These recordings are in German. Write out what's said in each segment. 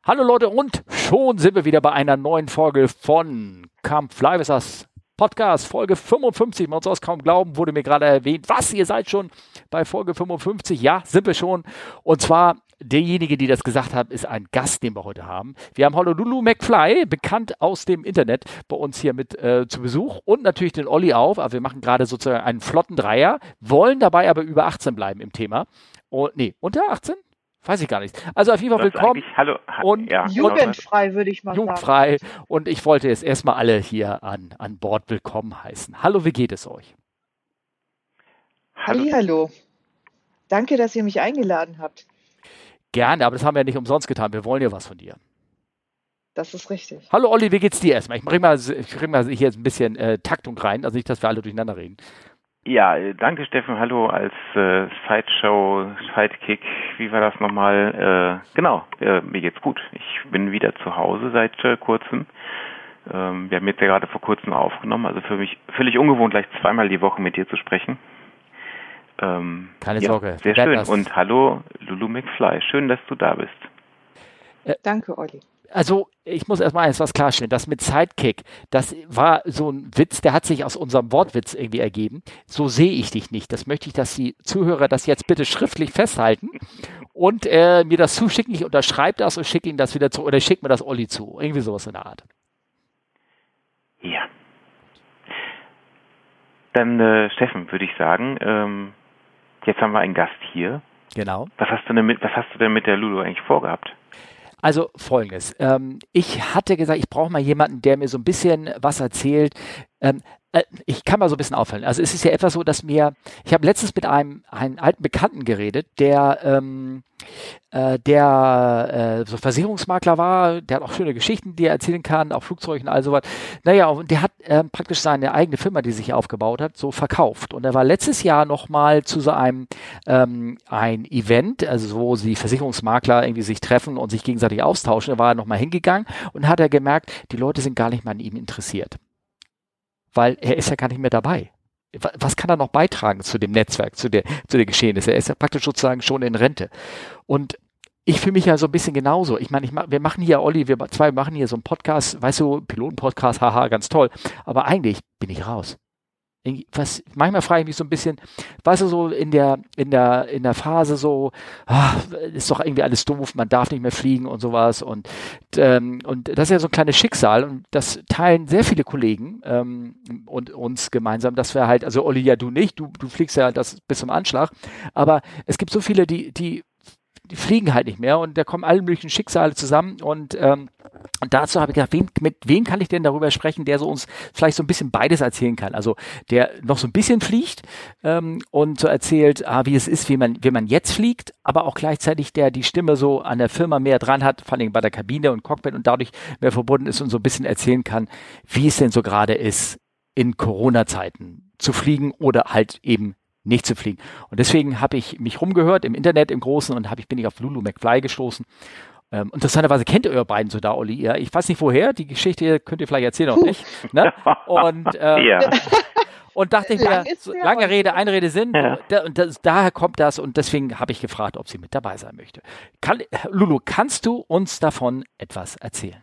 Hallo Leute und schon sind wir wieder bei einer neuen Folge von Come Fly With Us Podcast, Folge 55. Man soll es kaum glauben, wurde mir gerade erwähnt. Was, ihr seid schon bei Folge 55? Ja, sind wir schon. Und zwar, derjenige, die das gesagt hat, ist ein Gast, den wir heute haben. Wir haben heute Lulu McFly, bekannt aus dem Internet, bei uns hier mit zu Besuch. Und natürlich den Olli auf. Also wir machen gerade sozusagen einen flotten Dreier, wollen dabei aber über 18 bleiben im Thema. Nee, unter 18? Weiß ich gar nicht. Also auf jeden Fall willkommen. Hallo, und ja, jugendfrei, würde ich mal jugendfrei. Sagen. Und ich wollte jetzt erstmal alle hier an Bord willkommen heißen. Hallo, wie geht es euch? Hallo. Danke, dass ihr mich eingeladen habt. Gerne, aber das haben wir ja nicht umsonst getan. Wir wollen ja was von dir. Das ist richtig. Hallo Olli, wie geht's dir erstmal? Ich bring mal hier jetzt ein bisschen Taktung rein, also nicht, dass wir alle durcheinander reden. Ja, danke Steffen, hallo als Sideshow, Sidekick, wie war das nochmal? Genau, mir geht's gut. Ich bin wieder zu Hause seit kurzem. Wir haben jetzt ja gerade vor kurzem aufgenommen, also für mich völlig ungewohnt, gleich zweimal die Woche mit dir zu sprechen. Keine Sorge. Sehr schön. Und hallo Lulu McFly, schön, dass du da bist. Danke, Olli. Also, ich muss erstmal eins was klarstellen. Das mit Sidekick, das war so ein Witz, der hat sich aus unserem Wortwitz irgendwie ergeben. So sehe ich dich nicht. Das möchte ich, dass die Zuhörer das jetzt bitte schriftlich festhalten und mir das zuschicken. Ich unterschreibe das und schicke Ihnen das wieder zu, oder schicke mir das Olli zu. Irgendwie sowas in der Art. Ja. Dann, Steffen, würde ich sagen, jetzt haben wir einen Gast hier. Genau. Was hast du denn mit der Lulu eigentlich vorgehabt? Also Folgendes. Ich hatte gesagt, ich brauche mal jemanden, der mir so ein bisschen was erzählt. Ich kann mal so ein bisschen auffallen. Also es ist ja etwas so, dass ich habe letztens mit einem alten Bekannten geredet, der so Versicherungsmakler war, der hat auch schöne Geschichten, die er erzählen kann, auch Flugzeuge und all sowas. Naja, und der hat praktisch seine eigene Firma, die sich aufgebaut hat, so verkauft. Und er war letztes Jahr nochmal zu so einem ein Event, also wo die Versicherungsmakler irgendwie sich treffen und sich gegenseitig austauschen. Da war er nochmal hingegangen und hat er gemerkt, die Leute sind gar nicht mehr an ihm interessiert. Weil er ist ja gar nicht mehr dabei. Was kann er noch beitragen zu dem Netzwerk, zu der Geschehnisse? Er ist ja praktisch sozusagen schon in Rente. Und ich fühle mich ja so ein bisschen genauso. Ich meine, wir machen hier, Olli, wir zwei machen hier so einen Podcast, weißt du, Piloten-Podcast, haha, ganz toll. Aber eigentlich bin ich raus. Manchmal frage ich mich so ein bisschen, weißt du, so in der Phase so, ist doch irgendwie alles doof, man darf nicht mehr fliegen und sowas und das ist ja so ein kleines Schicksal und das teilen sehr viele Kollegen und uns gemeinsam, dass wir halt, also Olli, ja du nicht, du fliegst ja das bis zum Anschlag, aber es gibt so viele, die fliegen halt nicht mehr und da kommen alle möglichen Schicksale zusammen und dazu habe ich gedacht, mit wem kann ich denn darüber sprechen, der so uns vielleicht so ein bisschen beides erzählen kann. Also der noch so ein bisschen fliegt und so erzählt, wie es ist, wie man jetzt fliegt, aber auch gleichzeitig der die Stimme so an der Firma mehr dran hat, vor allem bei der Kabine und Cockpit und dadurch mehr verbunden ist und so ein bisschen erzählen kann, wie es denn so gerade ist, in Corona-Zeiten zu fliegen oder halt eben nicht zu fliegen. Und deswegen habe ich mich rumgehört im Internet im Großen und bin ich auf Lulu McFly gestoßen. Interessanterweise kennt ihr beiden so da, Olli. Ja, ich weiß nicht woher, die Geschichte könnt ihr vielleicht erzählen oder nicht. Ne? Und, ja. Und dachte ich mir, lange Rede, eine Rede Sinn. Ja. Daher kommt das und deswegen habe ich gefragt, ob sie mit dabei sein möchte. Lulu, kannst du uns davon etwas erzählen?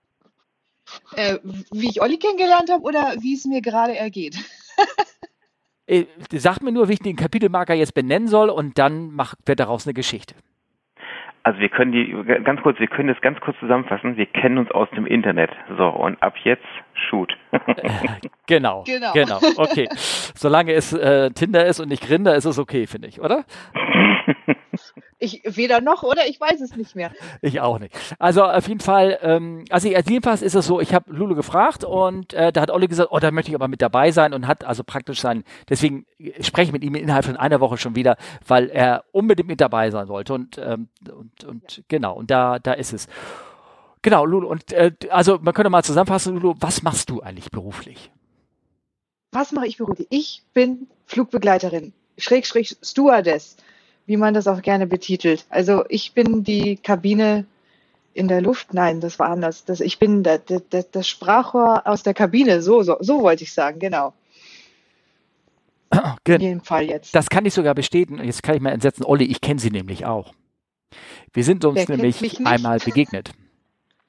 Wie ich Olli kennengelernt habe oder wie es mir gerade ergeht? Sag mir nur, wie ich den Kapitelmarker jetzt benennen soll und dann wird daraus eine Geschichte. Also wir können das ganz kurz zusammenfassen. Wir kennen uns aus dem Internet. So, und ab jetzt shoot. Genau. Okay. Solange es Tinder ist und nicht Grindr, ist es okay, finde ich, oder? Ich weder noch, oder? Ich weiß es nicht mehr. Ich auch nicht. Also auf jeden Fall, jedenfalls ist es so, ich habe Lulu gefragt und da hat Olli gesagt, da möchte ich aber mit dabei sein und hat also praktisch deswegen spreche ich mit ihm innerhalb von einer Woche schon wieder, weil er unbedingt mit dabei sein wollte und genau, und da ist es. Genau, Lulu, und also man könnte mal zusammenfassen, Lulu, was machst du eigentlich beruflich? Was mache ich beruflich? Ich bin Flugbegleiterin, Schrägstrich Stewardess, wie man das auch gerne betitelt. Also ich bin die Kabine in der Luft. Nein, das war anders. Ich bin das Sprachrohr aus der Kabine. So wollte ich sagen, genau. In jedem Fall jetzt. Das kann ich sogar bestätigen. Jetzt kann ich mal entsetzen. Olli, ich kenne sie nämlich auch. Wir sind uns nämlich einmal begegnet.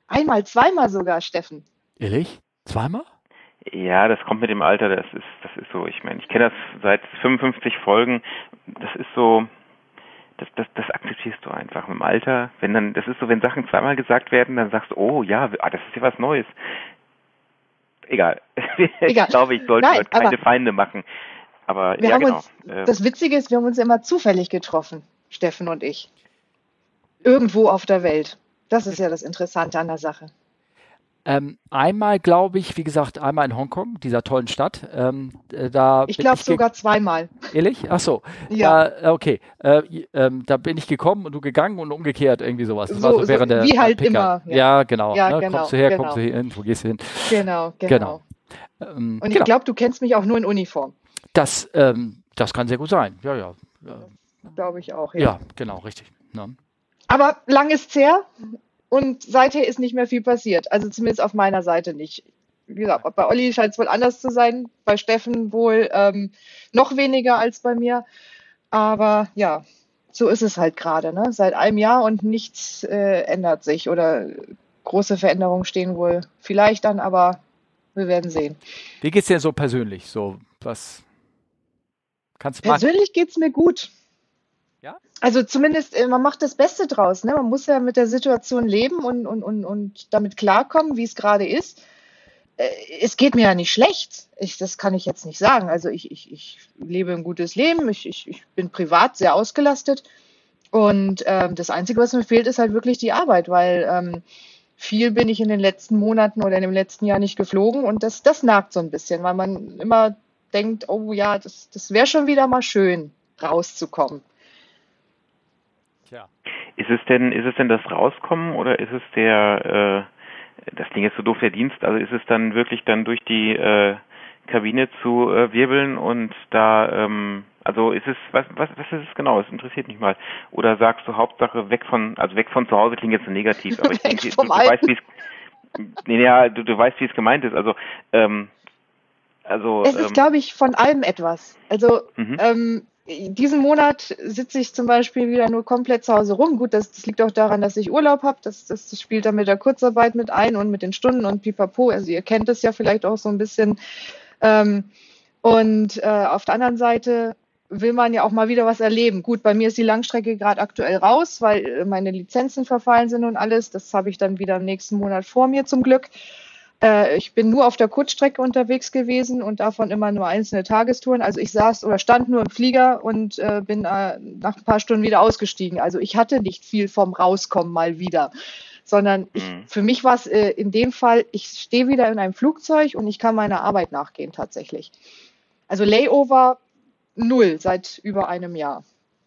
Einmal, zweimal sogar, Steffen. Ehrlich? Zweimal? Ja, das kommt mit dem Alter, das ist so. Ich meine, ich kenne das seit 55 Folgen. Das ist so, das akzeptierst du einfach mit dem Alter. Das ist so, wenn Sachen zweimal gesagt werden, dann sagst du, oh ja, das ist ja was Neues. Egal. Ich glaube, ich sollte heute keine Feinde machen. Aber ja, genau. Das Witzige ist, wir haben uns immer zufällig getroffen, Steffen und ich. Irgendwo auf der Welt. Das ist ja das Interessante an der Sache. Einmal, glaube ich, wie gesagt, einmal in Hongkong, dieser tollen Stadt. Ich glaube sogar zweimal. Ehrlich? Ach so. Ja. Okay. Da bin ich gekommen und du gegangen und umgekehrt, irgendwie sowas. Das war so während der wie halt Picker. immer. Ja, genau. Ja, ne? genau. Kommst du her, kommst du hin, wo gehst du hin? Genau. Und ich glaube, du kennst mich auch nur in Uniform. Das kann sehr gut sein. Ja. Glaube ich auch, ja. Ja, genau, richtig. Ne? Aber lang ist's her. Und seither ist nicht mehr viel passiert. Also zumindest auf meiner Seite nicht. Wie gesagt, bei Olli scheint es wohl anders zu sein. Bei Steffen wohl noch weniger als bei mir. Aber ja, so ist es halt gerade. Ne? Seit einem Jahr und nichts ändert sich. Oder große Veränderungen stehen wohl vielleicht an, aber wir werden sehen. Wie geht's dir so persönlich? So, was kannst du Persönlich geht's mir gut. Ja? Also zumindest, man macht das Beste draus. Ne? Man muss ja mit der Situation leben und damit klarkommen, wie es gerade ist. Es geht mir ja nicht schlecht. Das kann ich jetzt nicht sagen. Also ich lebe ein gutes Leben. Ich bin privat sehr ausgelastet. Und das Einzige, was mir fehlt, ist halt wirklich die Arbeit, weil viel bin ich in den letzten Monaten oder in dem letzten Jahr nicht geflogen. Und das nagt so ein bisschen, weil man immer denkt, oh ja, das wäre schon wieder mal schön, rauszukommen. Ja. Ist es denn das Rauskommen oder ist es das Ding ist so doof, der Dienst, also ist es dann wirklich dann durch die Kabine zu wirbeln und da, also ist es, was ist es genau? Es interessiert mich mal. Oder sagst du Hauptsache weg von zu Hause klingt jetzt so negativ, aber ich denke, du weißt, du weißt, wie es gemeint ist. Es ist, glaube ich, von allem etwas. Also, diesen Monat sitze ich zum Beispiel wieder nur komplett zu Hause rum. Gut, das liegt auch daran, dass ich Urlaub habe. Das spielt dann mit der Kurzarbeit mit ein und mit den Stunden und pipapo. Also ihr kennt es ja vielleicht auch so ein bisschen. Und auf der anderen Seite will man ja auch mal wieder was erleben. Gut, bei mir ist die Langstrecke gerade aktuell raus, weil meine Lizenzen verfallen sind und alles. Das habe ich dann wieder im nächsten Monat vor mir zum Glück. Ich bin nur auf der Kurzstrecke unterwegs gewesen und davon immer nur einzelne Tagestouren. Also ich stand nur im Flieger und bin nach ein paar Stunden wieder ausgestiegen. Also ich hatte nicht viel vom Rauskommen mal wieder, sondern für mich war es in dem Fall, ich stehe wieder in einem Flugzeug und ich kann meiner Arbeit nachgehen tatsächlich. Also Layover 0 seit über einem Jahr.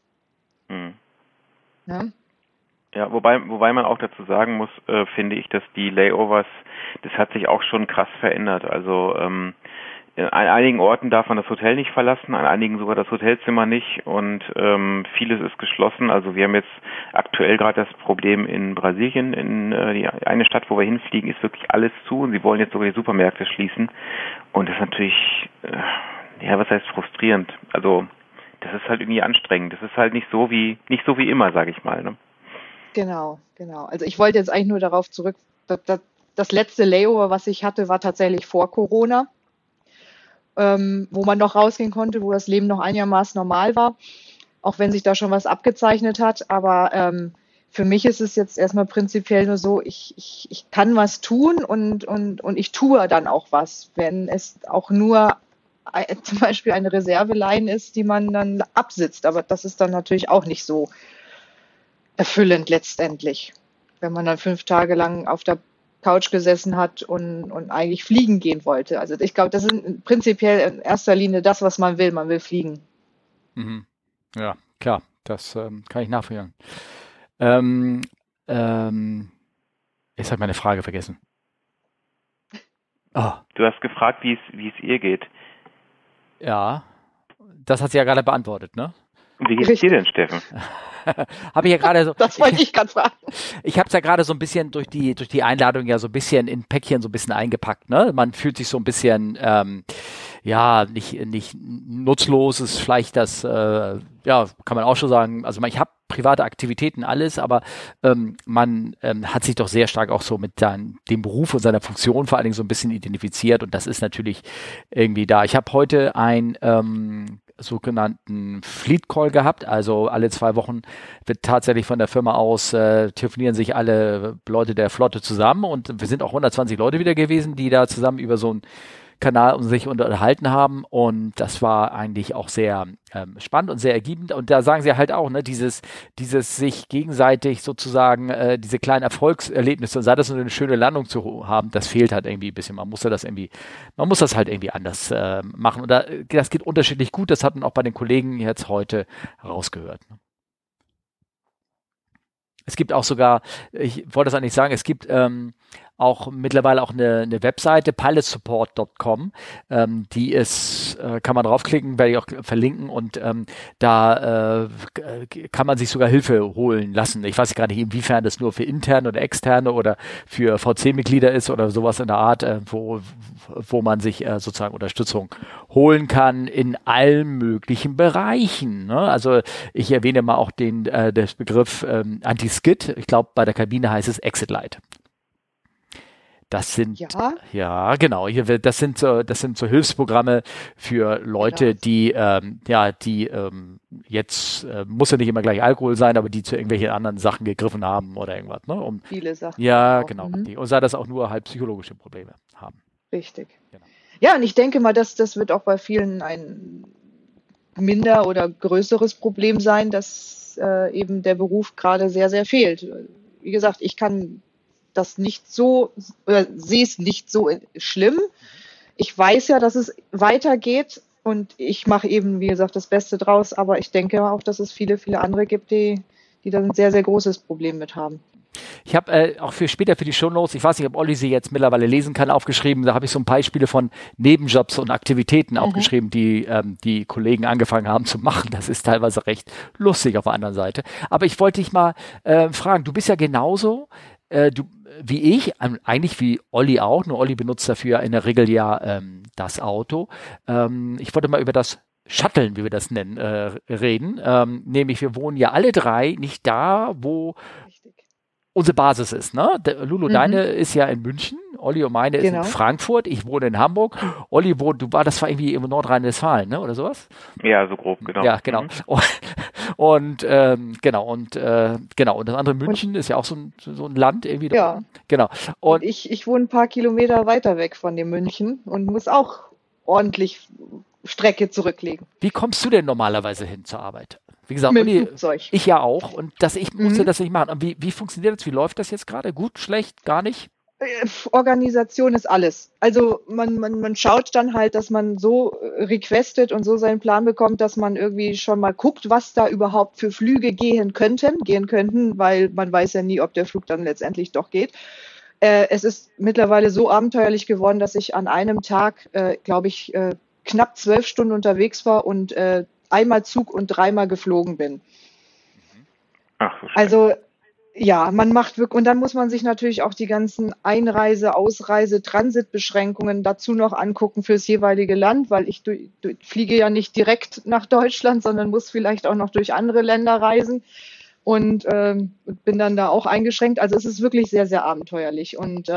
Ja? Ja, wobei man auch dazu sagen muss, finde ich, dass die Layovers, das hat sich auch schon krass verändert. Also an einigen Orten darf man das Hotel nicht verlassen, an einigen sogar das Hotelzimmer nicht und vieles ist geschlossen. Also wir haben jetzt aktuell gerade das Problem in Brasilien, in die eine Stadt, wo wir hinfliegen, ist wirklich alles zu und sie wollen jetzt sogar die Supermärkte schließen. Und das ist natürlich, was heißt frustrierend? Also das ist halt irgendwie anstrengend. Das ist halt nicht so wie immer, sage ich mal. Ne? Genau. Also ich wollte jetzt eigentlich nur darauf zurück, das letzte Layover, was ich hatte, war tatsächlich vor Corona, wo man noch rausgehen konnte, wo das Leben noch einigermaßen normal war, auch wenn sich da schon was abgezeichnet hat. Aber für mich ist es jetzt erstmal prinzipiell nur so, ich kann was tun und ich tue dann auch was, wenn es auch nur zum Beispiel eine Reserveline ist, die man dann absitzt. Aber das ist dann natürlich auch nicht so erfüllend letztendlich, wenn man dann 5 Tage lang auf der Couch gesessen hat und eigentlich fliegen gehen wollte. Also ich glaube, das ist prinzipiell in erster Linie das, was man will. Man will fliegen. Mhm. Ja, klar, das kann ich nachvollziehen. Jetzt habe ich meine Frage vergessen. Oh. Du hast gefragt, wie es ihr geht. Ja, das hat sie ja gerade beantwortet, ne? Wie geht's dir denn, Steffen? Habe ich ja gerade so. Das wollte ich gerade fragen. Ich habe es ja gerade so ein bisschen durch die Einladung ja so ein bisschen in Päckchen so ein bisschen eingepackt. Ne? Man fühlt sich so ein bisschen nicht nutzlos ist vielleicht das kann man auch schon sagen. Also ich habe private Aktivitäten alles, aber man hat sich doch sehr stark auch so mit dem Beruf und seiner Funktion vor allen Dingen so ein bisschen identifiziert und das ist natürlich irgendwie da. Ich habe heute einen sogenannten Fleet Call gehabt, also alle 2 Wochen wird tatsächlich von der Firma aus telefonieren sich alle Leute der Flotte zusammen und wir sind auch 120 Leute wieder gewesen, die da zusammen über so einen Kanal um sich unterhalten haben und das war eigentlich auch sehr spannend und sehr ergiebend und da sagen sie halt auch, ne, dieses sich gegenseitig sozusagen diese kleinen Erfolgserlebnisse und sei das so eine schöne Landung zu haben, das fehlt halt irgendwie ein bisschen, man muss das halt irgendwie anders machen und das geht unterschiedlich gut, das hat man auch bei den Kollegen jetzt heute rausgehört. Ne? Es gibt auch sogar, ich wollte das eigentlich sagen, es gibt auch mittlerweile auch eine Webseite, pilotsupport.com, die ist, kann man draufklicken, werde ich auch verlinken und da kann man sich sogar Hilfe holen lassen. Ich weiß gar nicht, inwiefern das nur für interne oder externe oder für VC-Mitglieder ist oder sowas in der Art, wo man sich sozusagen Unterstützung holen kann in allen möglichen Bereichen. Ne? Also ich erwähne mal auch des Begriff Anti-Skid. Ich glaube, bei der Kabine heißt es Exit Light. Das sind, ja, genau, das sind so Hilfsprogramme für Leute, genau. die jetzt, muss ja nicht immer gleich Alkohol sein, aber die zu irgendwelchen anderen Sachen gegriffen haben oder irgendwas, ne? Viele Sachen. Ja, genau. Und sei das auch nur halt psychologische Probleme haben. Richtig. Genau. Ja, und ich denke mal, das wird auch bei vielen ein minder oder größeres Problem sein, dass eben der Beruf gerade sehr, sehr fehlt. Wie gesagt, ich kann das nicht so, oder sehe es nicht so schlimm. Ich weiß ja, dass es weitergeht und ich mache eben, wie gesagt, das Beste draus, aber ich denke auch, dass es viele, viele andere gibt, die da ein sehr, sehr großes Problem mit haben. Ich habe auch für später für die Shownotes, ich weiß nicht, ob Olli sie jetzt mittlerweile lesen kann, aufgeschrieben, da habe ich so ein paar Beispiele von Nebenjobs und Aktivitäten aufgeschrieben, die die Kollegen angefangen haben zu machen. Das ist teilweise recht lustig auf der anderen Seite. Aber ich wollte dich mal fragen, du bist ja genauso, wie ich, eigentlich wie Olli auch, nur Olli benutzt dafür in der Regel ja das Auto. Ich wollte mal über das Shutteln, wie wir das nennen, reden. Nämlich wir wohnen ja alle drei nicht da, wo unsere Basis ist. Ne? Lulu, deine ist ja in München, Olli und meine ist in Frankfurt, ich wohne in Hamburg. Olli das war irgendwie in Nordrhein-Westfalen, ne? Oder sowas? Ja, so grob, genau. Ja, genau. Und das andere München ist ja auch so ein Land irgendwie. Ja. Genau. Und ich wohne ein paar Kilometer weiter weg von dem München und muss auch ordentlich Strecke zurücklegen. Wie kommst du denn normalerweise hin zur Arbeit? Wie gesagt, mit dem Flugzeug. Ich ja auch. Und ich musste das nicht machen. Und wie funktioniert das? Wie läuft das jetzt gerade? Gut, schlecht, gar nicht? Organisation ist alles. Also man schaut dann halt, dass man so requestet und so seinen Plan bekommt, dass man irgendwie schon mal guckt, was da überhaupt für Flüge gehen könnten, weil man weiß ja nie, ob der Flug dann letztendlich doch geht. Es ist mittlerweile so abenteuerlich geworden, dass ich an einem Tag, glaube ich, knapp 12 Stunden unterwegs war und einmal Zug und 3-mal geflogen bin. Ach, so also ja, man macht wirklich, und dann muss man sich natürlich auch die ganzen Einreise-, Ausreise-, Transitbeschränkungen dazu noch angucken fürs jeweilige Land, weil ich fliege ja nicht direkt nach Deutschland, sondern muss vielleicht auch noch durch andere Länder reisen und bin dann da auch eingeschränkt. Also es ist wirklich sehr, sehr abenteuerlich. Und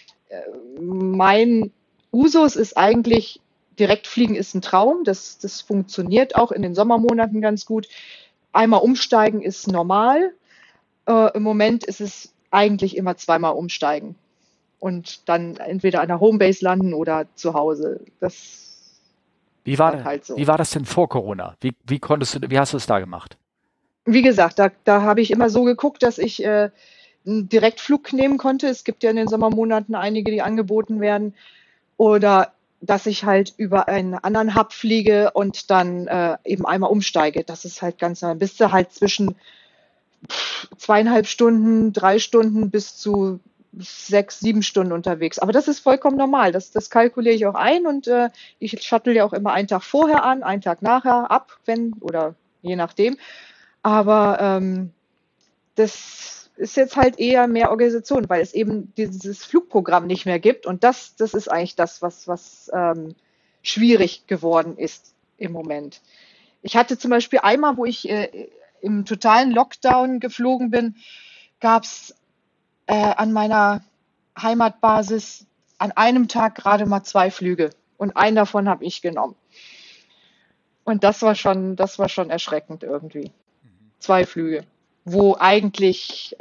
mein Usus ist eigentlich, Direktfliegen ist ein Traum, das funktioniert auch in den Sommermonaten ganz gut. Einmal umsteigen ist normal. Im Moment ist es eigentlich immer 2-mal umsteigen und dann entweder an der Homebase landen oder zu Hause. Wie war das denn vor Corona? Wie hast du es da gemacht? Wie gesagt, da habe ich immer so geguckt, dass ich einen Direktflug nehmen konnte. Es gibt ja in den Sommermonaten einige, die angeboten werden. Oder dass ich halt über einen anderen Hub fliege und dann eben einmal umsteige. Das ist halt ganz normal. Bist du halt zwischen 2,5 Stunden, 3 Stunden bis zu 6, 7 Stunden unterwegs. Aber das ist vollkommen normal. Das kalkuliere ich auch ein und ich shuttle ja auch immer einen Tag vorher an, einen Tag nachher ab, je nachdem. Aber das ist jetzt halt eher mehr Organisation, weil es eben dieses Flugprogramm nicht mehr gibt. Und das ist eigentlich das, was schwierig geworden ist im Moment. Ich hatte zum Beispiel einmal, wo ich im totalen Lockdown geflogen bin, gab es an meiner Heimatbasis an einem Tag gerade mal 2 Flüge. Und einen davon habe ich genommen. Und das war schon erschreckend irgendwie. 2 Flüge, wo eigentlich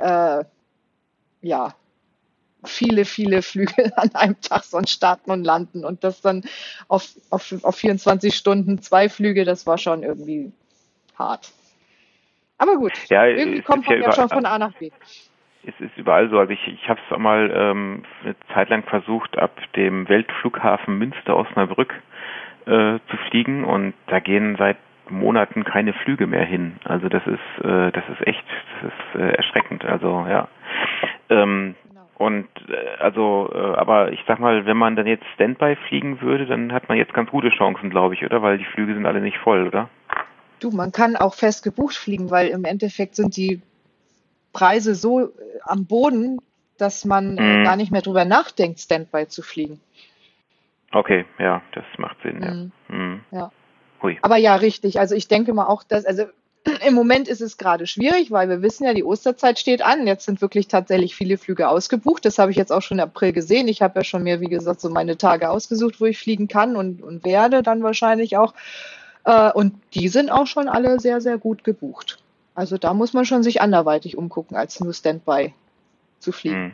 viele Flüge an einem Tag sonst starten und landen. Und das dann auf 24 Stunden 2 Flüge, das war schon irgendwie hart. Aber gut, Ja, irgendwie kommt man ja schon von A nach B. Es ist überall so. Also ich habe es auch mal eine Zeit lang versucht, ab dem Weltflughafen Münster Osnabrück zu fliegen, und da gehen seit Monaten keine Flüge mehr hin. Also das ist echt erschreckend. Also ja. Und aber ich sag mal, wenn man dann jetzt Standby fliegen würde, dann hat man jetzt ganz gute Chancen, glaube ich, oder? Weil die Flüge sind alle nicht voll, oder? Du, man kann auch fest gebucht fliegen, weil im Endeffekt sind die Preise so am Boden, dass man gar nicht mehr drüber nachdenkt, Standby zu fliegen. Okay, ja, das macht Sinn, ja. Ja. Hui. Aber ja, richtig. Also ich denke mal auch, also im Moment ist es gerade schwierig, weil wir wissen ja, die Osterzeit steht an. Jetzt sind wirklich tatsächlich viele Flüge ausgebucht. Das habe ich jetzt auch schon im April gesehen. Ich habe ja schon mir, wie gesagt, so meine Tage ausgesucht, wo ich fliegen kann und werde dann wahrscheinlich auch. Und die sind auch schon alle sehr, sehr gut gebucht. Also da muss man schon sich anderweitig umgucken, als nur Standby zu fliegen.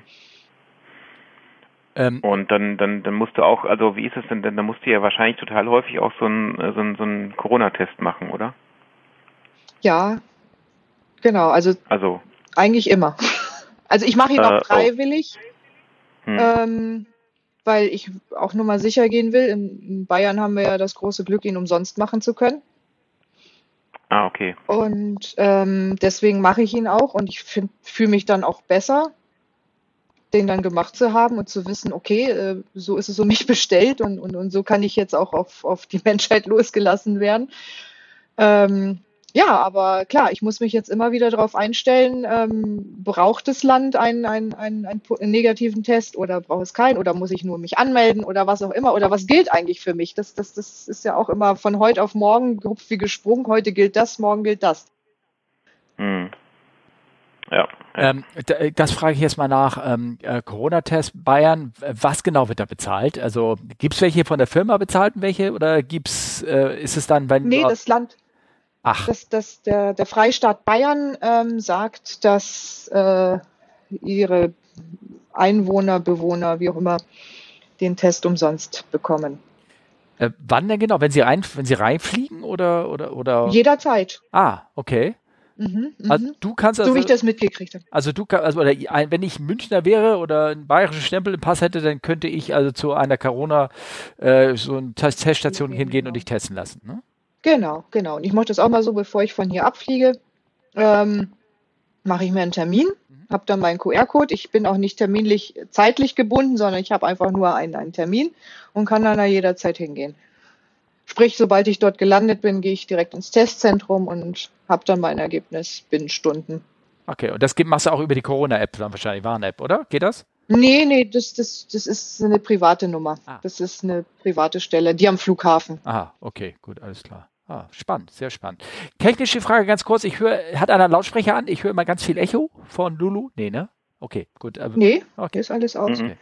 Und dann musst du auch, also wie ist es denn, dann musst du ja wahrscheinlich total häufig auch so einen Corona-Test machen, oder? Ja, genau, also eigentlich immer. Also ich mache ihn auch freiwillig, weil ich auch nur mal sicher gehen will. In Bayern haben wir ja das große Glück, ihn umsonst machen zu können. Ah, okay. Und deswegen mache ich ihn auch, und ich fühle mich dann auch besser, den dann gemacht zu haben und zu wissen, okay, so ist es um mich bestellt, und so kann ich jetzt auch auf die Menschheit losgelassen werden. Ja, aber klar, ich muss mich jetzt immer wieder darauf einstellen, braucht das Land einen negativen Test oder braucht es keinen, oder muss ich nur mich anmelden oder was auch immer, oder was gilt eigentlich für mich? Das ist ja auch immer von heute auf morgen gehupft wie gesprungen, heute gilt das, morgen gilt das. Ja. Das frage ich jetzt mal nach. Corona-Test Bayern, was genau wird da bezahlt? Also gibt es welche von der Firma bezahlt, welche, oder ist es dann, wenn... Nee, das Land. Ach. Der Freistaat Bayern sagt, dass ihre Einwohner, Bewohner, wie auch immer, den Test umsonst bekommen. Wann denn genau? Wenn sie reinfliegen oder? Jederzeit. Ah, okay. Also du kannst so wie ich das mitgekriegt habe. Also wenn ich Münchner wäre oder einen bayerischen Stempel im Pass hätte, dann könnte ich also zu einer Corona so eine Teststation hingehen und dich testen lassen, ne? Genau. Und ich mache das auch mal so, bevor ich von hier abfliege, mache ich mir einen Termin, habe dann meinen QR-Code. Ich bin auch nicht zeitlich gebunden, sondern ich habe einfach nur einen Termin und kann dann da jederzeit hingehen. Sprich, sobald ich dort gelandet bin, gehe ich direkt ins Testzentrum und habe dann mein Ergebnis binnen Stunden. Okay, und das machst du auch über die Corona-App dann wahrscheinlich, Warn-App, oder? Geht das? Nee, das ist eine private Nummer. Das ist eine private Stelle, die am Flughafen. Aha, okay, gut, alles klar. Spannend, sehr spannend. Technische Frage ganz kurz. Hat einer einen Lautsprecher an? Ich höre immer ganz viel Echo von Lulu. Nee, ne? Okay, gut. Nee, ist alles aus. Okay.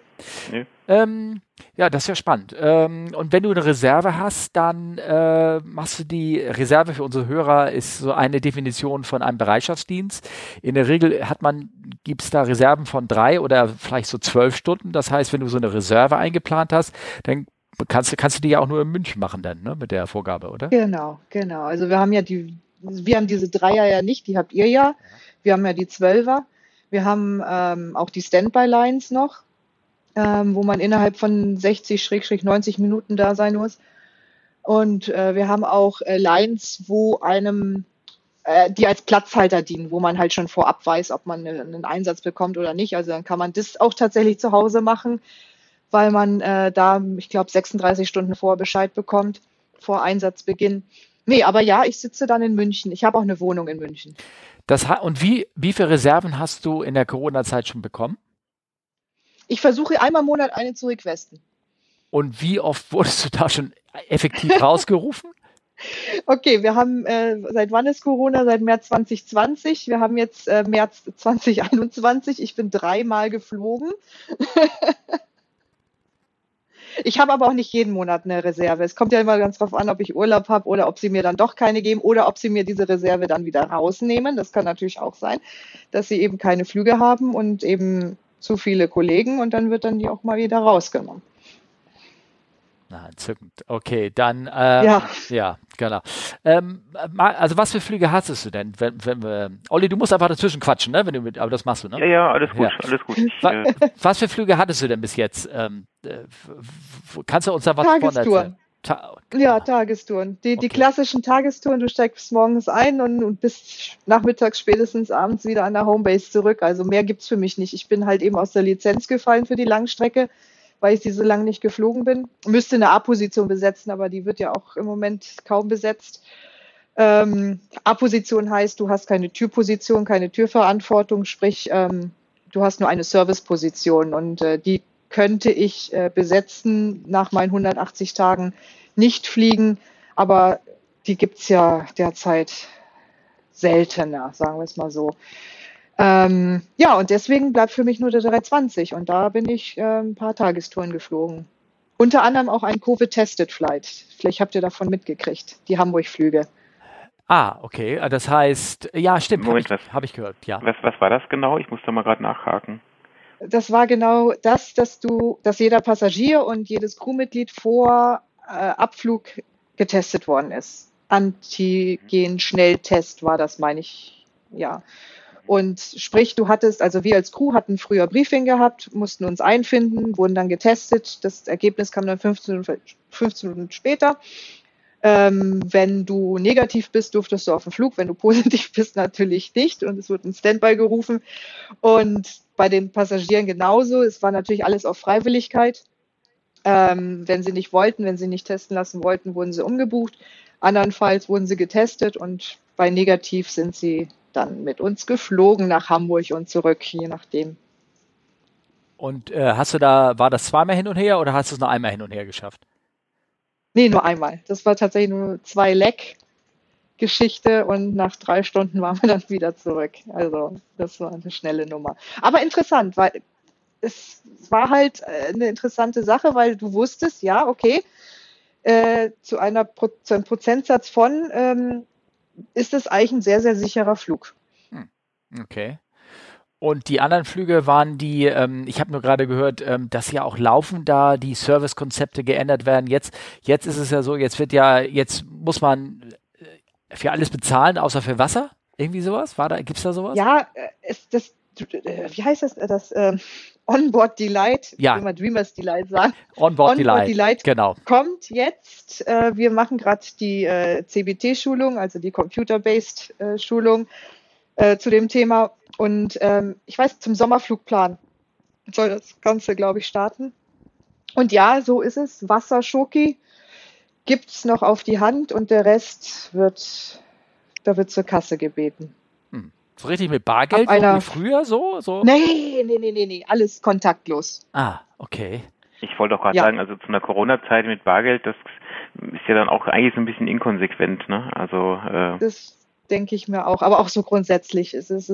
Ja, das ist ja spannend. Und wenn du eine Reserve hast, dann machst du die Reserve für unsere Hörer, ist so eine Definition von einem Bereitschaftsdienst. In der Regel gibt es da Reserven von 3 oder vielleicht so 12 Stunden. Das heißt, wenn du so eine Reserve eingeplant hast, dann kannst du die ja auch nur in München machen dann, ne, mit der Vorgabe, oder? Genau. Also wir haben diese 3er ja nicht, die habt ihr ja. Wir haben ja die 12er. Wir haben auch die Standby-Lines noch, wo man innerhalb von 60-90 Minuten da sein muss. Und wir haben auch Lines, die als Platzhalter dienen, wo man halt schon vorab weiß, ob man einen Einsatz bekommt oder nicht. Also dann kann man das auch tatsächlich zu Hause machen, weil man da, ich glaube, 36 Stunden vor Bescheid bekommt, vor Einsatzbeginn. Nee, aber ja, ich sitze dann in München. Ich habe auch eine Wohnung in München. Und wie viele Reserven hast du in der Corona-Zeit schon bekommen? Ich versuche einmal im Monat eine zu requesten. Und wie oft wurdest du da schon effektiv rausgerufen? Okay, wir haben, seit wann ist Corona? Seit März 2020. Wir haben jetzt März 2021. Ich bin 3-mal geflogen. Ich habe aber auch nicht jeden Monat eine Reserve. Es kommt ja immer ganz drauf an, ob ich Urlaub habe oder ob sie mir dann doch keine geben oder ob sie mir diese Reserve dann wieder rausnehmen. Das kann natürlich auch sein, dass sie eben keine Flüge haben und eben zu viele Kollegen und dann wird dann die auch mal wieder rausgenommen. Na, entzückend. Okay, dann, Ja, ja, genau. Also was für Flüge hattest du denn? Olli, du musst einfach dazwischen quatschen, ne? Aber das machst du, ne? Ja, alles gut, Ja. alles gut. Was für Flüge hattest du denn bis jetzt? Kannst du uns da was von erzählen? Tagestouren. Ja, Tagestouren. Die Okay. klassischen Tagestouren, du steigst morgens ein und bist nachmittags, spätestens abends wieder an der Homebase zurück. Also mehr gibt's für mich nicht. Ich bin halt eben aus der Lizenz gefallen für die Langstrecke, weil ich sie so lange nicht geflogen bin. Müsste eine A-Position besetzen, aber die wird ja auch im Moment kaum besetzt. A-Position heißt, du hast keine Türposition, keine Türverantwortung, sprich, du hast nur eine Serviceposition und die könnte ich besetzen nach meinen 180 Tagen nicht fliegen, aber die gibt's ja derzeit seltener, sagen wir es mal so. Ja, und deswegen bleibt für mich nur der 320 und da bin ich ein paar Tagestouren geflogen. Unter anderem auch ein Covid-Tested Flight. Vielleicht habt ihr davon mitgekriegt, die Hamburg-Flüge. Okay. Das heißt, ja, stimmt, Moment, hab ich gehört, ja. Was war das genau? Ich muss da mal gerade nachhaken. Das war genau das, dass jeder Passagier und jedes Crewmitglied vor Abflug getestet worden ist. Antigen-Schnelltest war das, meine ich, ja. Und sprich, also wir als Crew hatten früher Briefing gehabt, mussten uns einfinden, wurden dann getestet. Das Ergebnis kam dann 15 Minuten später. Wenn du negativ bist, durftest du auf den Flug. Wenn du positiv bist, natürlich nicht. Und es wird ein Standby gerufen. Und bei den Passagieren genauso. Es war natürlich alles auf Freiwilligkeit. Wenn sie nicht wollten, wenn sie nicht testen lassen wollten, wurden sie umgebucht. Andernfalls wurden sie getestet und bei negativ sind sie dann mit uns geflogen nach Hamburg und zurück, je nachdem. Und war das zweimal hin und her oder hast du es nur einmal hin und her geschafft? Nee, nur einmal. Das war tatsächlich nur 2 Leck-Geschichte und nach 3 Stunden waren wir dann wieder zurück. Also das war eine schnelle Nummer. Aber interessant, weil es war halt eine interessante Sache, weil du wusstest, ja, okay, zu einem Prozentsatz von ist es eigentlich ein sehr, sehr sicherer Flug. Okay. Und die anderen Flüge waren ich habe nur gerade gehört, dass ja auch laufend da die Servicekonzepte geändert werden. Jetzt ist es ja so, jetzt muss man für alles bezahlen, außer für Wasser. Irgendwie sowas? Gibt's da sowas? Ja, wie heißt das? Onboard Delight, Ja. will man Dreamers Delight sagen. Onboard Delight, genau. Kommt jetzt. Wir machen gerade die CBT-Schulung, also die Computer-Based Schulung zu dem Thema. Und ich weiß, zum Sommerflugplan soll das Ganze, glaube ich, starten. Und ja, so ist es. Wasserschoki gibt's noch auf die Hand und der Rest wird zur Kasse gebeten. So richtig mit Bargeld, wie früher so? Nee, alles kontaktlos. Okay. Ich wollte auch gerade sagen, also zu einer Corona-Zeit mit Bargeld, das ist ja dann auch eigentlich so ein bisschen inkonsequent, ne? Also das denke ich mir auch, aber auch so grundsätzlich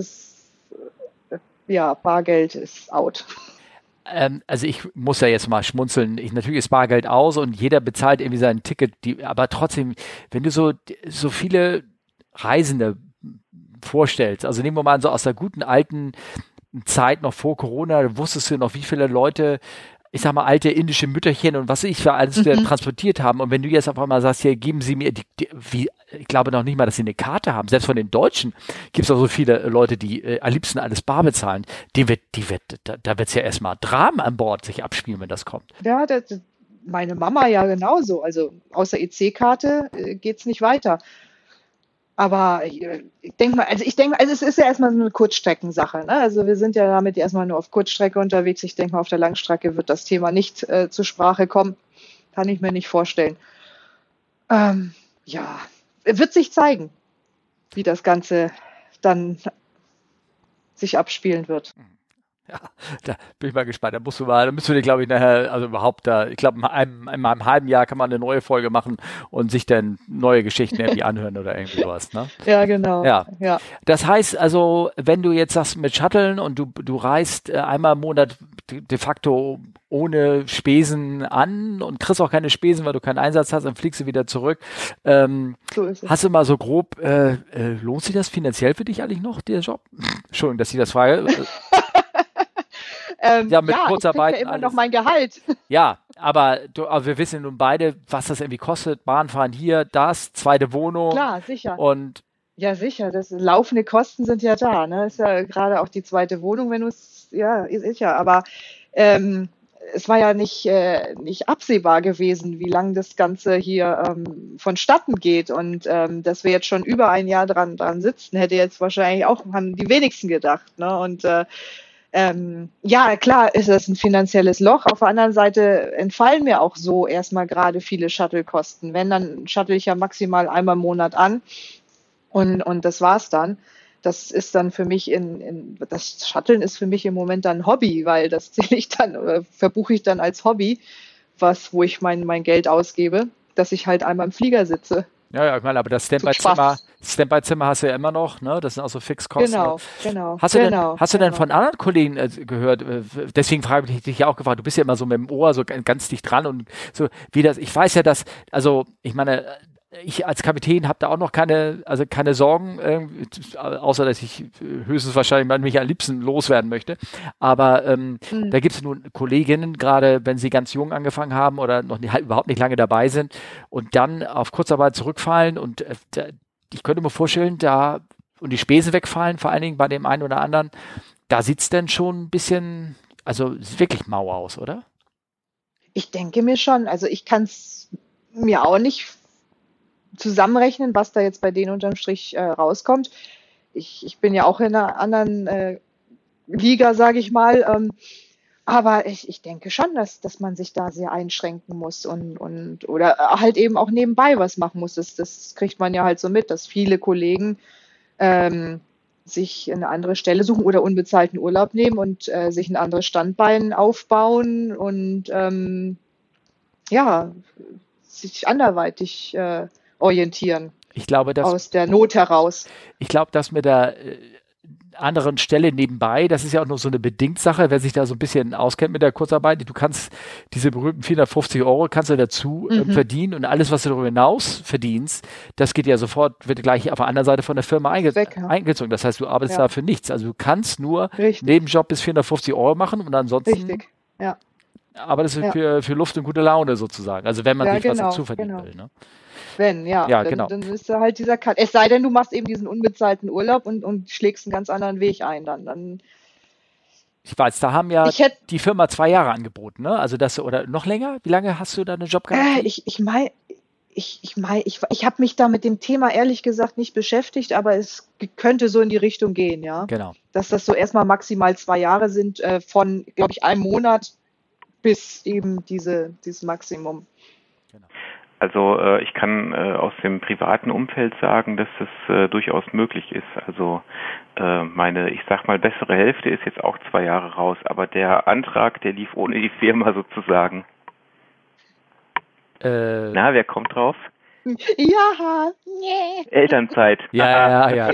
Bargeld ist out. Also ich muss ja jetzt mal schmunzeln. Natürlich ist Bargeld aus und jeder bezahlt irgendwie sein Ticket, aber trotzdem, wenn du so viele Reisende vorstellst, also nehmen wir mal so aus der guten alten Zeit noch vor Corona, da wusstest du noch, wie viele Leute, ich sag mal, alte indische Mütterchen und was ich für alles transportiert haben. Und wenn du jetzt auf einmal sagst, hier, geben Sie mir ich glaube noch nicht mal, dass sie eine Karte haben. Selbst von den Deutschen gibt es auch so viele Leute, die am liebsten alles bar bezahlen. Da wird es ja erstmal Dramen an Bord sich abspielen, wenn das kommt. Ja, meine Mama ja genauso. Also außer EC-Karte geht's nicht weiter. Aber ich denke mal, es ist ja erstmal so eine Kurzstreckensache. Ne? Also wir sind ja damit erstmal nur auf Kurzstrecke unterwegs. Ich denke mal, auf der Langstrecke wird das Thema nicht zur Sprache kommen. Kann ich mir nicht vorstellen. wird sich zeigen, wie das Ganze dann sich abspielen wird. Ja, da bin ich mal gespannt. Da müssen wir dir, glaube ich, nachher, also überhaupt ich glaube, in einem halben Jahr kann man eine neue Folge machen und sich dann neue Geschichten irgendwie anhören oder irgendwie sowas, ne? Ja, genau. Ja. Ja. Das heißt also, wenn du jetzt sagst mit Shuttlen und du reist einmal im Monat de facto ohne Spesen an und kriegst auch keine Spesen, weil du keinen Einsatz hast, dann fliegst du wieder zurück. So ist es. Hast du mal so grob, lohnt sich das finanziell für dich eigentlich noch, der Job? Entschuldigung, dass ich das frage. Ja, mit Kurzarbeiten. Ich krieg ja immer noch mein Gehalt. Ja, aber wir wissen nun beide, was das irgendwie kostet. Bahnfahren hier, das, zweite Wohnung. Klar, sicher. Und ja, sicher. Das laufende Kosten sind ja da. Ne? Ist ja gerade auch die zweite Wohnung, wenn du es, ja, ist sicher. Aber es war ja nicht absehbar gewesen, wie lange das Ganze hier vonstatten geht. Und dass wir jetzt schon über ein Jahr dran sitzen, hätte jetzt wahrscheinlich auch, haben die wenigsten gedacht. Ne? Und ja, klar ist es ein finanzielles Loch. Auf der anderen Seite entfallen mir auch so erstmal gerade viele Shuttle-Kosten. Wenn, dann shuttle ich ja maximal einmal im Monat an und das war's dann. Das ist dann für mich das Shuttlen ist für mich im Moment dann Hobby, weil das zähle ich dann oder verbuche ich dann als Hobby, wo ich mein Geld ausgebe, dass ich halt einmal im Flieger sitze. Ja, ich meine, aber das Standby-Zimmer hast du ja immer noch, ne? Das sind auch so Fixkosten. Genau. Hast du denn von anderen Kollegen gehört, deswegen frage ich dich ja auch gefragt, du bist ja immer so mit dem Ohr so ganz dicht dran und so, wie das, ich weiß ja, dass, also, ich meine, ich als Kapitän habe da auch noch keine Sorgen, außer dass ich höchstens wahrscheinlich mich am liebsten loswerden möchte. Aber da gibt es nun Kolleginnen, gerade wenn sie ganz jung angefangen haben oder noch überhaupt nicht lange dabei sind und dann auf Kurzarbeit zurückfallen und ich könnte mir vorstellen, und die Spesen wegfallen, vor allen Dingen bei dem einen oder anderen, da sieht es denn schon ein bisschen, also wirklich mau aus, oder? Ich denke mir schon. Also ich kann es mir auch nicht zusammenrechnen, was da jetzt bei denen unterm Strich rauskommt. Ich bin ja auch in einer anderen Liga, sage ich mal. Aber ich denke schon, dass man sich da sehr einschränken muss und oder halt eben auch nebenbei was machen muss. Das kriegt man ja halt so mit, dass viele Kollegen sich eine andere Stelle suchen oder unbezahlten Urlaub nehmen und sich ein anderes Standbein aufbauen und ja, sich anderweitig orientieren. Ich glaube, aus der Not heraus. Ich glaube, dass mit der anderen Stelle nebenbei, das ist ja auch nur so eine Bedingtsache, wer sich da so ein bisschen auskennt mit der Kurzarbeit, du kannst diese berühmten 450 € kannst du dazu verdienen und alles, was du darüber hinaus verdienst, das geht ja sofort, wird gleich auf der anderen Seite von der Firma eingezogen. Das heißt, du arbeitest da für nichts. Also du kannst nur Nebenjob bis 450 € machen und ansonsten arbeitest du für Luft und gute Laune sozusagen. Also wenn man sich was dazu verdienen will. Ne? Dann ist da halt dieser Cut. Es sei denn, du machst eben diesen unbezahlten Urlaub und schlägst einen ganz anderen Weg ein. Dann ich weiß, da haben ja die Firma 2 Jahre angeboten, ne? Also das oder noch länger? Wie lange hast du da einen Job gehabt? Ich habe mich da mit dem Thema ehrlich gesagt nicht beschäftigt, aber es könnte so in die Richtung gehen, ja. Genau. Dass das so erstmal maximal 2 Jahre sind, von, glaube ich, einem Monat bis eben dieses Maximum. Genau. Also ich kann aus dem privaten Umfeld sagen, dass es durchaus möglich ist. Also meine, ich sag mal, bessere Hälfte ist jetzt auch 2 Jahre raus, aber der Antrag, der lief ohne die Firma sozusagen. Na, wer kommt drauf? Ja, nee. Elternzeit. Ja.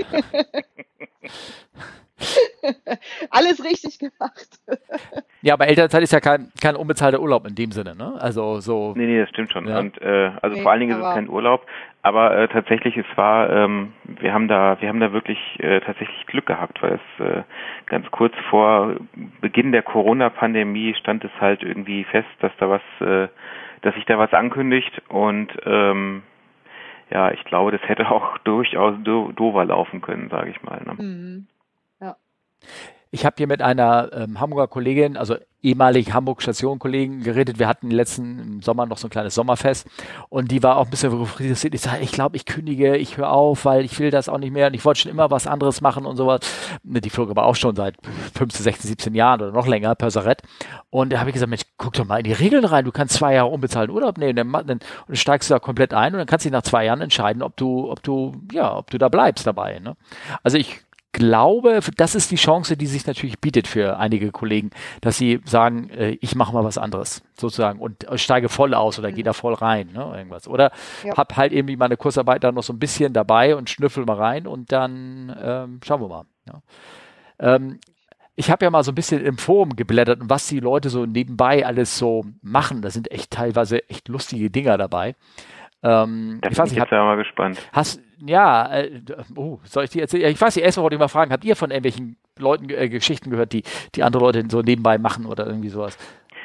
Alles richtig gemacht. Ja, aber Elternzeit ist ja kein unbezahlter Urlaub in dem Sinne, ne? Also so. Nee, das stimmt schon. Ja. Und vor allen Dingen ist es kein Urlaub, aber tatsächlich es war, wir haben da wirklich tatsächlich Glück gehabt, weil es ganz kurz vor Beginn der Corona-Pandemie stand es halt irgendwie fest, dass sich da was ankündigt und ja, ich glaube, das hätte auch durchaus doofer laufen können, sage ich mal. Ne? Mhm. Ja. Ich habe hier mit einer Hamburger Kollegin, also ehemalig Hamburg-Station-Kollegen geredet. Wir hatten im Sommer noch so ein kleines Sommerfest und die war auch ein bisschen frustriert. Ich sage, ich glaube, ich kündige, ich höre auf, weil ich will das auch nicht mehr und ich wollte schon immer was anderes machen und sowas. Die flog aber auch schon seit 15, 16, 17 Jahren oder noch länger, Perseret. Und da habe ich gesagt, Mensch, guck doch mal in die Regeln rein. Du kannst 2 Jahre unbezahlten Urlaub nehmen und dann steigst du da komplett ein und dann kannst du dich nach 2 Jahren entscheiden, ob du da bleibst dabei. Ne? Also ich glaube, das ist die Chance, die sich natürlich bietet für einige Kollegen, dass sie sagen, ich mache mal was anderes, sozusagen, und steige voll aus oder gehe da voll rein, ne, irgendwas. Oder hab halt irgendwie meine Kursarbeit da noch so ein bisschen dabei und schnüffel mal rein und dann schauen wir mal. Ja. Ich habe ja mal so ein bisschen im Forum geblättert und was die Leute so nebenbei alles so machen. Da sind echt teilweise echt lustige Dinger dabei. Da bin ich jetzt ja mal gespannt. Soll ich die erzählen? Ja, ich weiß nicht, erstmal wollte ich mal fragen, habt ihr von irgendwelchen Leuten Geschichten gehört, die andere Leute so nebenbei machen oder irgendwie sowas?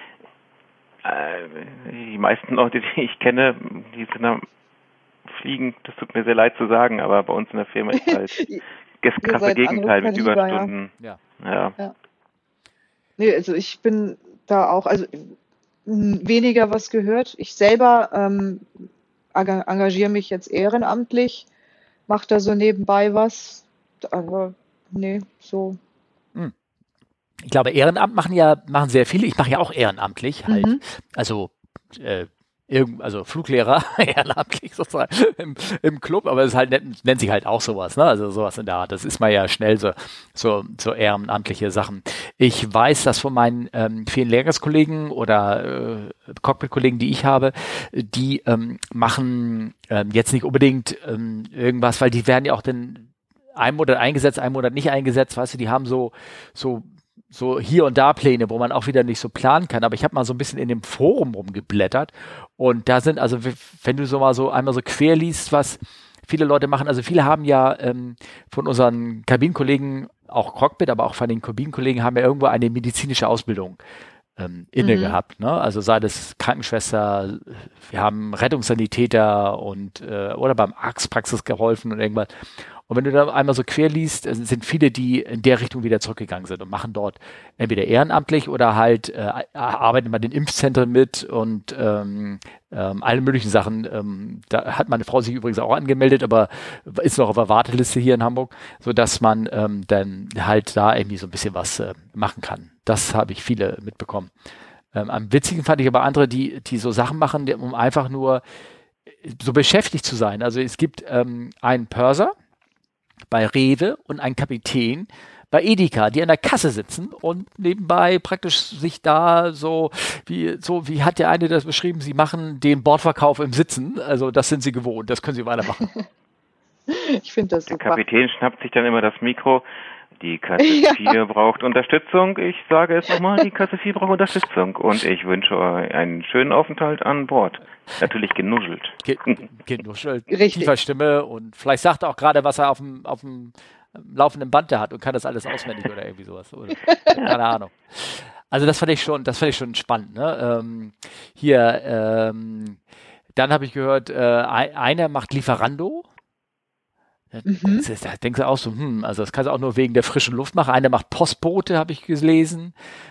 Die meisten Leute, die ich kenne, die sind am Fliegen, das tut mir sehr leid zu sagen, aber bei uns in der Firma ist halt das krasse Gegenteil mit Überstunden. Ja. Nee, also ich bin da auch, also weniger was gehört. Ich selber engagiere mich jetzt ehrenamtlich, mache da so nebenbei was, aber nee, so. Ich glaube, Ehrenamt machen sehr viele. Ich mache ja auch ehrenamtlich halt. Also Fluglehrer ehrenamtlich sozusagen im Club, aber es ist halt nennt sich halt auch sowas, ne? Also sowas in der Art. Das ist mal ja schnell so ehrenamtliche Sachen. Ich weiß, dass von meinen vielen Lehrerskollegen oder Cockpit-Kollegen, die ich habe, die machen jetzt nicht unbedingt irgendwas, weil die werden ja auch dann einen Monat eingesetzt, einen Monat nicht eingesetzt, weißt du, die haben so hier und da Pläne, wo man auch wieder nicht so planen kann. Aber ich habe mal so ein bisschen in dem Forum rumgeblättert und da sind, also wenn du so mal so einmal so quer liest, was viele Leute machen, also viele haben ja von unseren Kabinenkollegen, auch Cockpit, aber auch von den Kabinenkollegen haben ja irgendwo eine medizinische Ausbildung inne gehabt. Ne? Also sei das Krankenschwester, wir haben Rettungssanitäter und oder beim Arztpraxis geholfen und irgendwas. Und wenn du da einmal so quer liest, sind viele, die in der Richtung wieder zurückgegangen sind und machen dort entweder ehrenamtlich oder halt arbeiten bei den Impfzentren mit und alle möglichen Sachen. Da hat meine Frau sich übrigens auch angemeldet, aber ist noch auf der Warteliste hier in Hamburg, sodass man dann halt da irgendwie so ein bisschen was machen kann. Das habe ich viele mitbekommen. Am witzigen fand ich aber andere, die so Sachen machen, um einfach nur so beschäftigt zu sein. Also es gibt einen Purser bei Rewe und einen Kapitän bei Edeka, die an der Kasse sitzen und nebenbei praktisch sich da wie hat der eine das beschrieben, sie machen den Bordverkauf im Sitzen, also das sind sie gewohnt, das können sie weitermachen. Ich finde das super. Der Kapitän schnappt sich dann immer das Mikro, die Kasse 4 braucht Unterstützung, ich sage es nochmal, die Kasse 4 braucht Unterstützung und ich wünsche euch einen schönen Aufenthalt an Bord. Natürlich genuschelt. Genuschelt, tiefer Stimme und vielleicht sagt er auch gerade, was er auf dem laufenden Band da hat und kann das alles auswendig oder irgendwie sowas. Oder, keine Ahnung. Also das fand ich schon spannend. Ne? Dann habe ich gehört, einer macht Lieferando. Da denkst du auch so, also das kannst du auch nur wegen der frischen Luft machen. Einer macht Postbote, habe ich gelesen.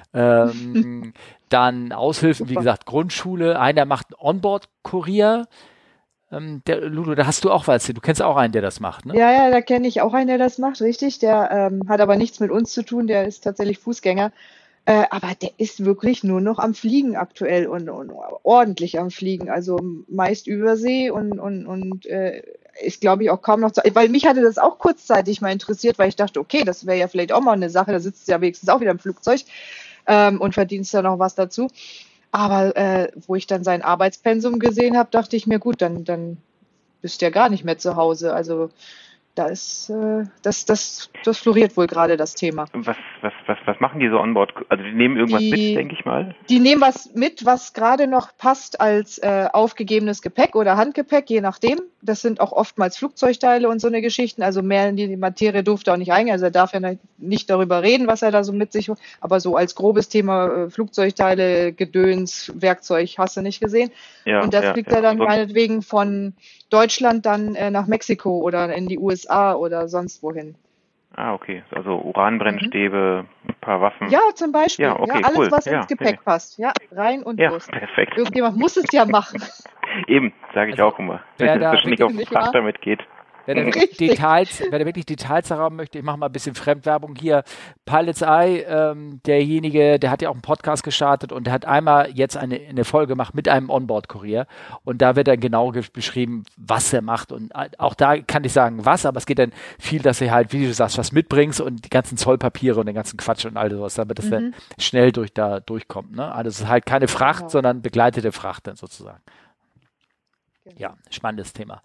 Dann Aushilfen, wie gesagt, Grundschule. Einer macht Onboard-Kurier. Ludo, da hast du auch was. Du kennst auch einen, der das macht, ne? Ja, da kenne ich auch einen, der das macht, richtig. Der hat aber nichts mit uns zu tun. Der ist tatsächlich Fußgänger. Aber der ist wirklich nur noch am Fliegen aktuell und ordentlich am Fliegen. Also meist Übersee und ist, glaube ich, auch kaum noch weil mich hatte das auch kurzzeitig mal interessiert, weil ich dachte, okay, das wäre ja vielleicht auch mal eine Sache, da sitzt du ja wenigstens auch wieder im Flugzeug und verdienst da noch was dazu. Aber wo ich dann sein Arbeitspensum gesehen habe, dachte ich mir, gut, dann bist du ja gar nicht mehr zu Hause. Also da ist das floriert wohl gerade das Thema. Was machen die so on board? Also die nehmen irgendwas mit, denke ich mal. Die nehmen was mit, was gerade noch passt als aufgegebenes Gepäck oder Handgepäck, je nachdem. Das sind auch oftmals Flugzeugteile und so eine Geschichten. Also mehr in die Materie durfte auch nicht eingehen. Also er darf ja nicht darüber reden, was er da so mit sich holt. Aber so als grobes Thema Flugzeugteile, Gedöns, Werkzeug, hast du nicht gesehen. Ja, und das fliegt er dann meinetwegen von Deutschland dann nach Mexiko oder in die USA oder sonst wohin. Ah, okay. Also Uranbrennstäbe, ein paar Waffen. Ja, zum Beispiel. Ja, okay, alles, cool. was Ja, ins Gepäck passt. Ja, rein und Ja, los. perfekt. Irgendjemand muss es ja machen. Eben, sage ich Also, auch immer. wer da Dass du nicht auf wirklich- den Frachter mitgeht. Wer da Richtig. wirklich Details haben möchte, ich mache mal ein bisschen Fremdwerbung hier. Pilot's Eye, derjenige, der hat ja auch einen Podcast gestartet und der hat einmal jetzt eine Folge gemacht mit einem Onboard-Kurier und da wird dann genau beschrieben, was er macht und auch da kann ich sagen, was, aber es geht dann viel, dass er halt, wie du sagst, was mitbringst und die ganzen Zollpapiere und den ganzen Quatsch und all sowas, damit das dann schnell durchkommt. Ne? Also es ist halt keine Fracht, Genau. sondern begleitete Fracht dann sozusagen. Genau. Ja, spannendes Thema.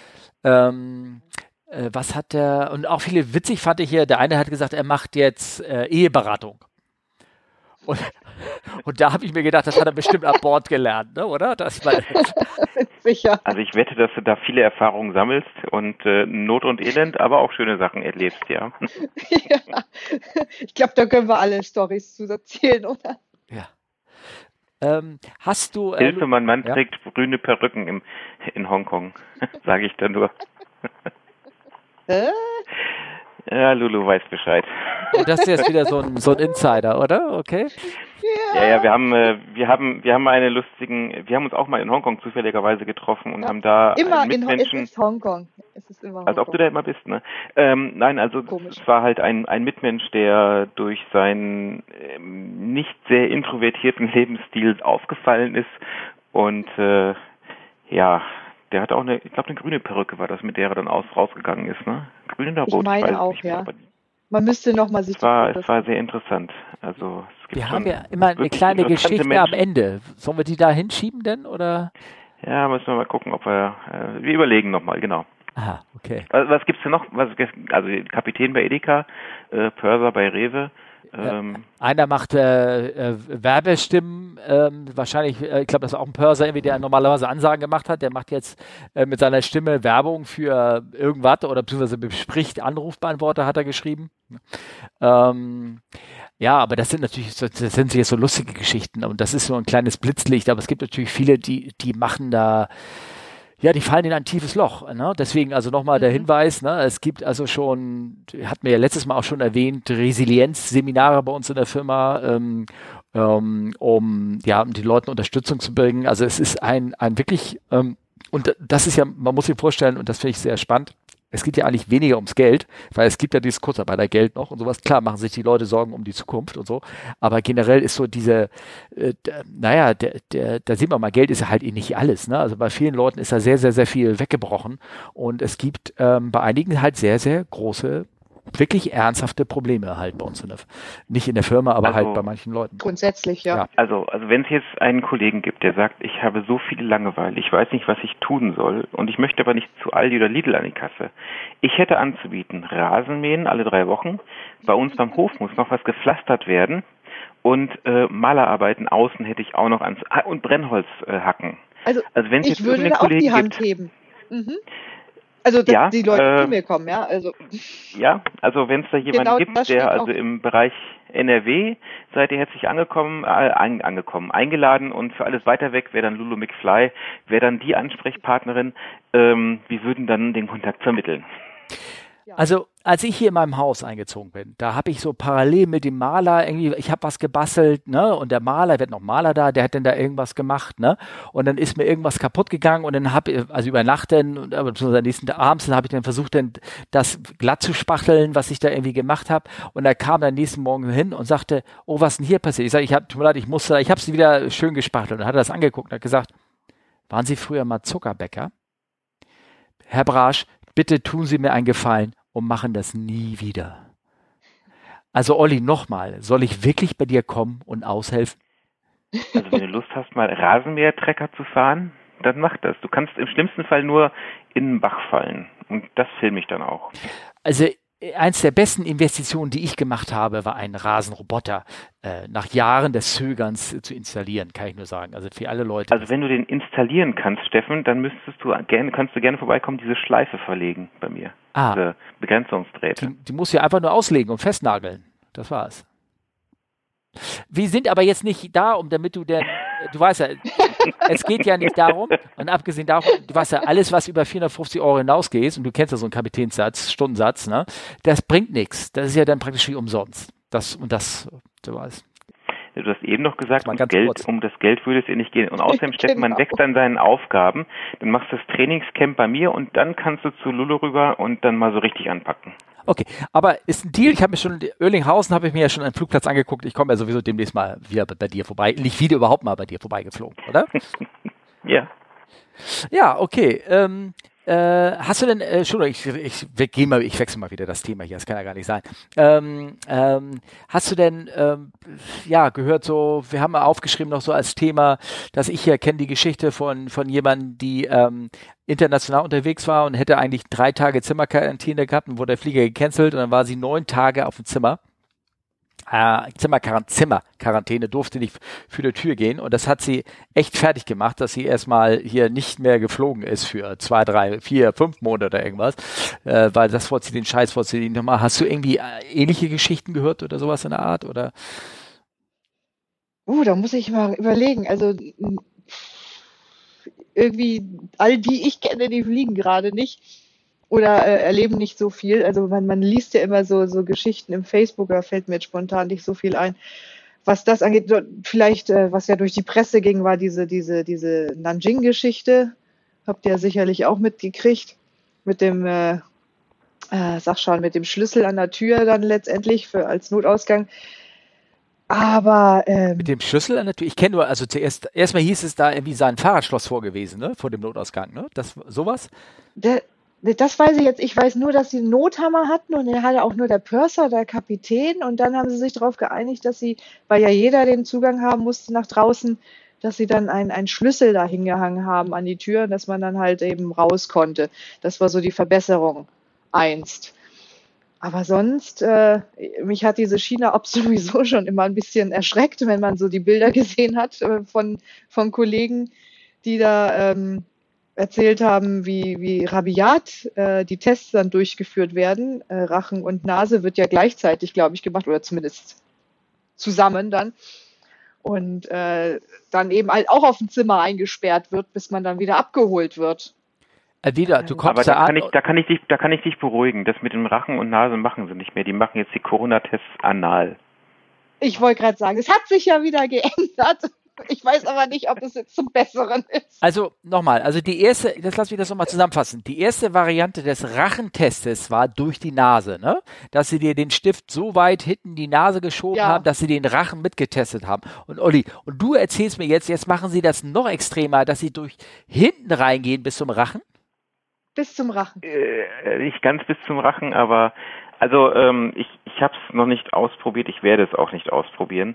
Was hat der, und auch viele witzig fand ich hier, der eine hat gesagt, er macht jetzt Eheberatung. Und da habe ich mir gedacht, das hat er bestimmt an Bord gelernt, ne, oder? Sicher. Also ich wette, dass du da viele Erfahrungen sammelst und Not und Elend, aber auch schöne Sachen erlebst, ja. Ja. Ich glaube, da können wir alle Storys zu erzählen, oder? Ja. Hast du... Hilfe, mein Mann ja? trägt grüne Perücken in Hongkong, sage ich dann nur. Ja, Lulu weiß Bescheid. Und das ist jetzt wieder so ein Insider, oder? Okay. Ja, wir haben wir haben uns auch mal in Hongkong zufälligerweise getroffen und haben da Immer einen Mitmenschen. es ist Hongkong. Es ist immer Hongkong. Als ob du da immer bist, ne? Nein, also Komisch. es war halt ein Mitmensch, der durch seinen nicht sehr introvertierten Lebensstil aufgefallen ist und ja, der hatte auch ich glaube eine grüne Perücke war das, mit der er dann rausgegangen ist, ne? Grün oder rot? Ich meine weiß es auch, nicht mehr, ja. aber Man müsste nochmal sich es war sehr interessant. Also es gibt Wir schon haben ja immer eine wirklich kleine interessante Geschichte am Menschen. Ende. Sollen wir die da hinschieben denn, oder? Ja, müssen wir mal gucken, ob wir überlegen nochmal, genau. Aha, okay. Was gibt's denn noch? Also Kapitän bei Edeka, Pörser bei Rewe. Einer macht Werbestimmen, wahrscheinlich, ich glaube, das ist auch ein Pörser, irgendwie, der normalerweise Ansagen gemacht hat. Der macht jetzt mit seiner Stimme Werbung für irgendwas oder beziehungsweise bespricht Anrufbeantworter, hat er geschrieben. Ja, aber das sind natürlich jetzt so lustige Geschichten und das ist so ein kleines Blitzlicht, aber es gibt natürlich viele, die machen da. Ja, die fallen in ein tiefes Loch. Ne? Deswegen also nochmal der Hinweis, ne? Es gibt also schon, hatten wir ja letztes Mal auch schon erwähnt, Resilienzseminare bei uns in der Firma, um die Leuten Unterstützung zu bringen. Also es ist ein wirklich, und das ist ja, man muss sich vorstellen, und das finde ich sehr spannend, es geht ja eigentlich weniger ums Geld, weil es gibt ja dieses Kurzarbeitergeld noch und sowas. Klar machen sich die Leute Sorgen um die Zukunft und so, aber generell ist so diese, da sieht man mal, Geld ist ja halt nicht alles. Ne? Also bei vielen Leuten ist da sehr, sehr, sehr viel weggebrochen und es gibt bei einigen halt sehr, sehr große, wirklich ernsthafte Probleme halt bei uns nicht in der Firma, aber halt bei manchen Leuten. Grundsätzlich, ja. Also wenn es jetzt einen Kollegen gibt, der sagt, ich habe so viel Langeweile, ich weiß nicht, was ich tun soll und ich möchte aber nicht zu Aldi oder Lidl an die Kasse. Ich hätte anzubieten, Rasenmähen alle 3 Wochen, bei uns beim Hof muss noch was gepflastert werden und Malerarbeiten außen hätte ich auch noch und Brennholz hacken. Also wenn es ich jetzt würde irgendeinen da auch die Kollegen Hand gibt, heben. Also, dass die Leute zu mir kommen, ja. Ja, also wenn es da jemanden Genau, gibt, das steht der auch. also im Bereich NRW, seid ihr herzlich eingeladen und für alles weiter weg wäre dann Lulu McFly, wäre dann die Ansprechpartnerin, wir würden dann den Kontakt vermitteln. Also, als ich hier in meinem Haus eingezogen bin, da habe ich so parallel mit dem Maler irgendwie, ich habe was gebastelt, ne, und der Maler, wird noch Maler da, der hat dann da irgendwas gemacht, ne, und dann ist mir irgendwas kaputt gegangen und dann also über Nacht dann, aber beziehungsweise nächsten Tag abends, dann habe ich dann versucht, dann das glatt zu spachteln, was ich da irgendwie gemacht habe, und er kam dann nächsten Morgen hin und sagte, oh, was denn hier passiert? Ich sage, tut mir leid, ich habe sie wieder schön gespachtelt, und dann hat er das angeguckt und hat gesagt, waren Sie früher mal Zuckerbäcker? Herr Brasch, bitte tun Sie mir einen Gefallen und machen das nie wieder. Also Olli, nochmal, soll ich wirklich bei dir kommen und aushelfen? Also wenn du Lust hast, mal Rasenmähertrecker zu fahren, dann mach das. Du kannst im schlimmsten Fall nur in den Bach fallen. Und das filme ich dann auch. Also eins der besten Investitionen, die ich gemacht habe, war ein Rasenroboter nach Jahren des Zögerns zu installieren, kann ich nur sagen. Also für alle Leute. Also wenn du den installieren kannst, Steffen, dann kannst du gerne vorbeikommen, diese Schleife verlegen bei mir. Diese Begrenzungsdrähte. Die musst du ja einfach nur auslegen und festnageln. Das war's. Wir sind aber jetzt nicht da, damit du weißt ja, es geht ja nicht darum, und abgesehen davon, du weißt ja, alles, was über 450 € hinausgeht, und du kennst ja so einen Kapitänssatz, Stundensatz, ne, das bringt nichts. Das ist ja dann praktisch wie umsonst. Du weißt. Du hast eben noch gesagt, um kurz. das Geld würde es ihr nicht gehen. Und außerdem, Steffen, man wächst an seinen Aufgaben. Dann machst du das Trainingscamp bei mir und dann kannst du zu Lulu rüber und dann mal so richtig anpacken. Okay, aber ist ein Deal. Ich habe mir schon, Oerlinghausen habe ich mir ja schon einen Flugplatz angeguckt. Ich komme ja sowieso demnächst mal wieder bei dir vorbei. Nicht wieder überhaupt mal bei dir vorbeigeflogen, oder? Ja. Ja, okay. Hast du denn, Entschuldigung, ich wechsle mal wieder das Thema hier, das kann ja gar nicht sein. Hast du denn, gehört so, wir haben mal aufgeschrieben noch so als Thema, dass ich hier kenne die Geschichte von jemandem, die international unterwegs war und hätte eigentlich 3 Tage Zimmerquarantäne gehabt und wurde der Flieger gecancelt und dann war sie 9 Tage auf dem Zimmer. Zimmerquarantäne, durfte nicht für die Tür gehen und das hat sie echt fertig gemacht, dass sie erstmal hier nicht mehr geflogen ist für 2, 3, 4, 5 Monate oder irgendwas, weil das wollte sie nicht nochmal. Hast du irgendwie ähnliche Geschichten gehört oder sowas in der Art, oder? Da muss ich mal überlegen. Also irgendwie all die ich kenne, die fliegen gerade nicht oder erleben nicht so viel. Also man liest ja immer so Geschichten im Facebook, da fällt mir jetzt spontan nicht so viel ein. Was das angeht, vielleicht, was ja durch die Presse ging, war diese Nanjing-Geschichte. Habt ihr ja sicherlich auch mitgekriegt. Mit dem, mit dem Schlüssel an der Tür dann letztendlich als Notausgang. Aber mit dem Schlüssel an der Tür? Ich kenne nur, also erstmal hieß es da irgendwie sein Fahrradschloss vorgewesen, ne? Vor dem Notausgang, ne? Sowas? Das weiß ich jetzt. Ich weiß nur, dass sie einen Nothammer hatten und den hatte auch nur der Purser, der Kapitän. Und dann haben sie sich darauf geeinigt, dass sie, weil ja jeder den Zugang haben musste nach draußen, dass sie dann einen Schlüssel da hingehangen haben an die Tür, dass man dann halt eben raus konnte. Das war so die Verbesserung einst. Aber sonst, mich hat diese China-Ops sowieso schon immer ein bisschen erschreckt, wenn man so die Bilder gesehen hat von Kollegen, die da erzählt haben, wie rabiat die Tests dann durchgeführt werden. Rachen und Nase wird ja gleichzeitig, glaube ich, gemacht oder zumindest zusammen dann. Und dann eben halt auch auf dem Zimmer eingesperrt wird, bis man dann wieder abgeholt wird. Du kommst aber da kann ich dich beruhigen. Das mit dem Rachen und Nase machen sie nicht mehr. Die machen jetzt die Corona-Tests anal. Ich wollte gerade sagen, es hat sich ja wieder geändert. Ich weiß aber nicht, ob es jetzt zum Besseren ist. Also nochmal, lass mich das nochmal zusammenfassen. Die erste Variante des Rachentestes war durch die Nase, ne? Dass sie dir den Stift so weit hinten die Nase geschoben haben, dass sie den Rachen mitgetestet haben. Und Olli, und du erzählst mir jetzt machen sie das noch extremer, dass sie durch hinten reingehen bis zum Rachen? Bis zum Rachen. Nicht ganz bis zum Rachen, aber also ich habe es noch nicht ausprobiert, ich werde es auch nicht ausprobieren.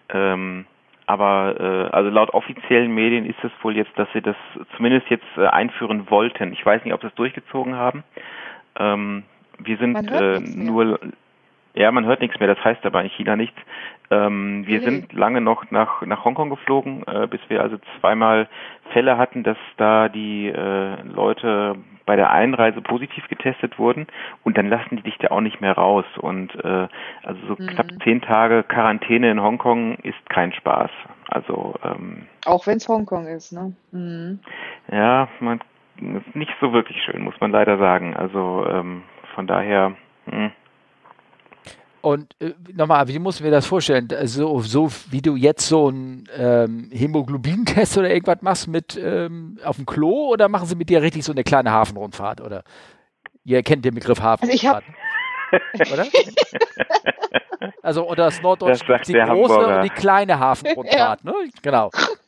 Aber also laut offiziellen Medien ist es wohl jetzt, dass sie das zumindest jetzt einführen wollten. Ich weiß nicht, ob sie es durchgezogen haben. Wir sind man hört nichts mehr, das heißt aber in China nichts. Wir sind lange noch nach Hongkong geflogen, bis wir also 2-mal Fälle hatten, dass da die Leute bei der Einreise positiv getestet wurden und dann lassen die dich da auch nicht mehr raus. Und also so knapp 10 Tage Quarantäne in Hongkong ist kein Spaß. Also auch wenn es Hongkong ist, ne? Mhm. Ja, ist nicht so wirklich schön, muss man leider sagen. Also von daher. Und nochmal, wie muss ich mir das vorstellen? So wie du jetzt so einen Hämoglobin-Test oder irgendwas machst mit auf dem Klo oder machen sie mit dir richtig so eine kleine Hafenrundfahrt? Oder ihr kennt den Begriff Hafenrundfahrt, oder? Also unter das Norddeutsch die große Hamburger und die kleine Hafenrundfahrt, ne? Genau.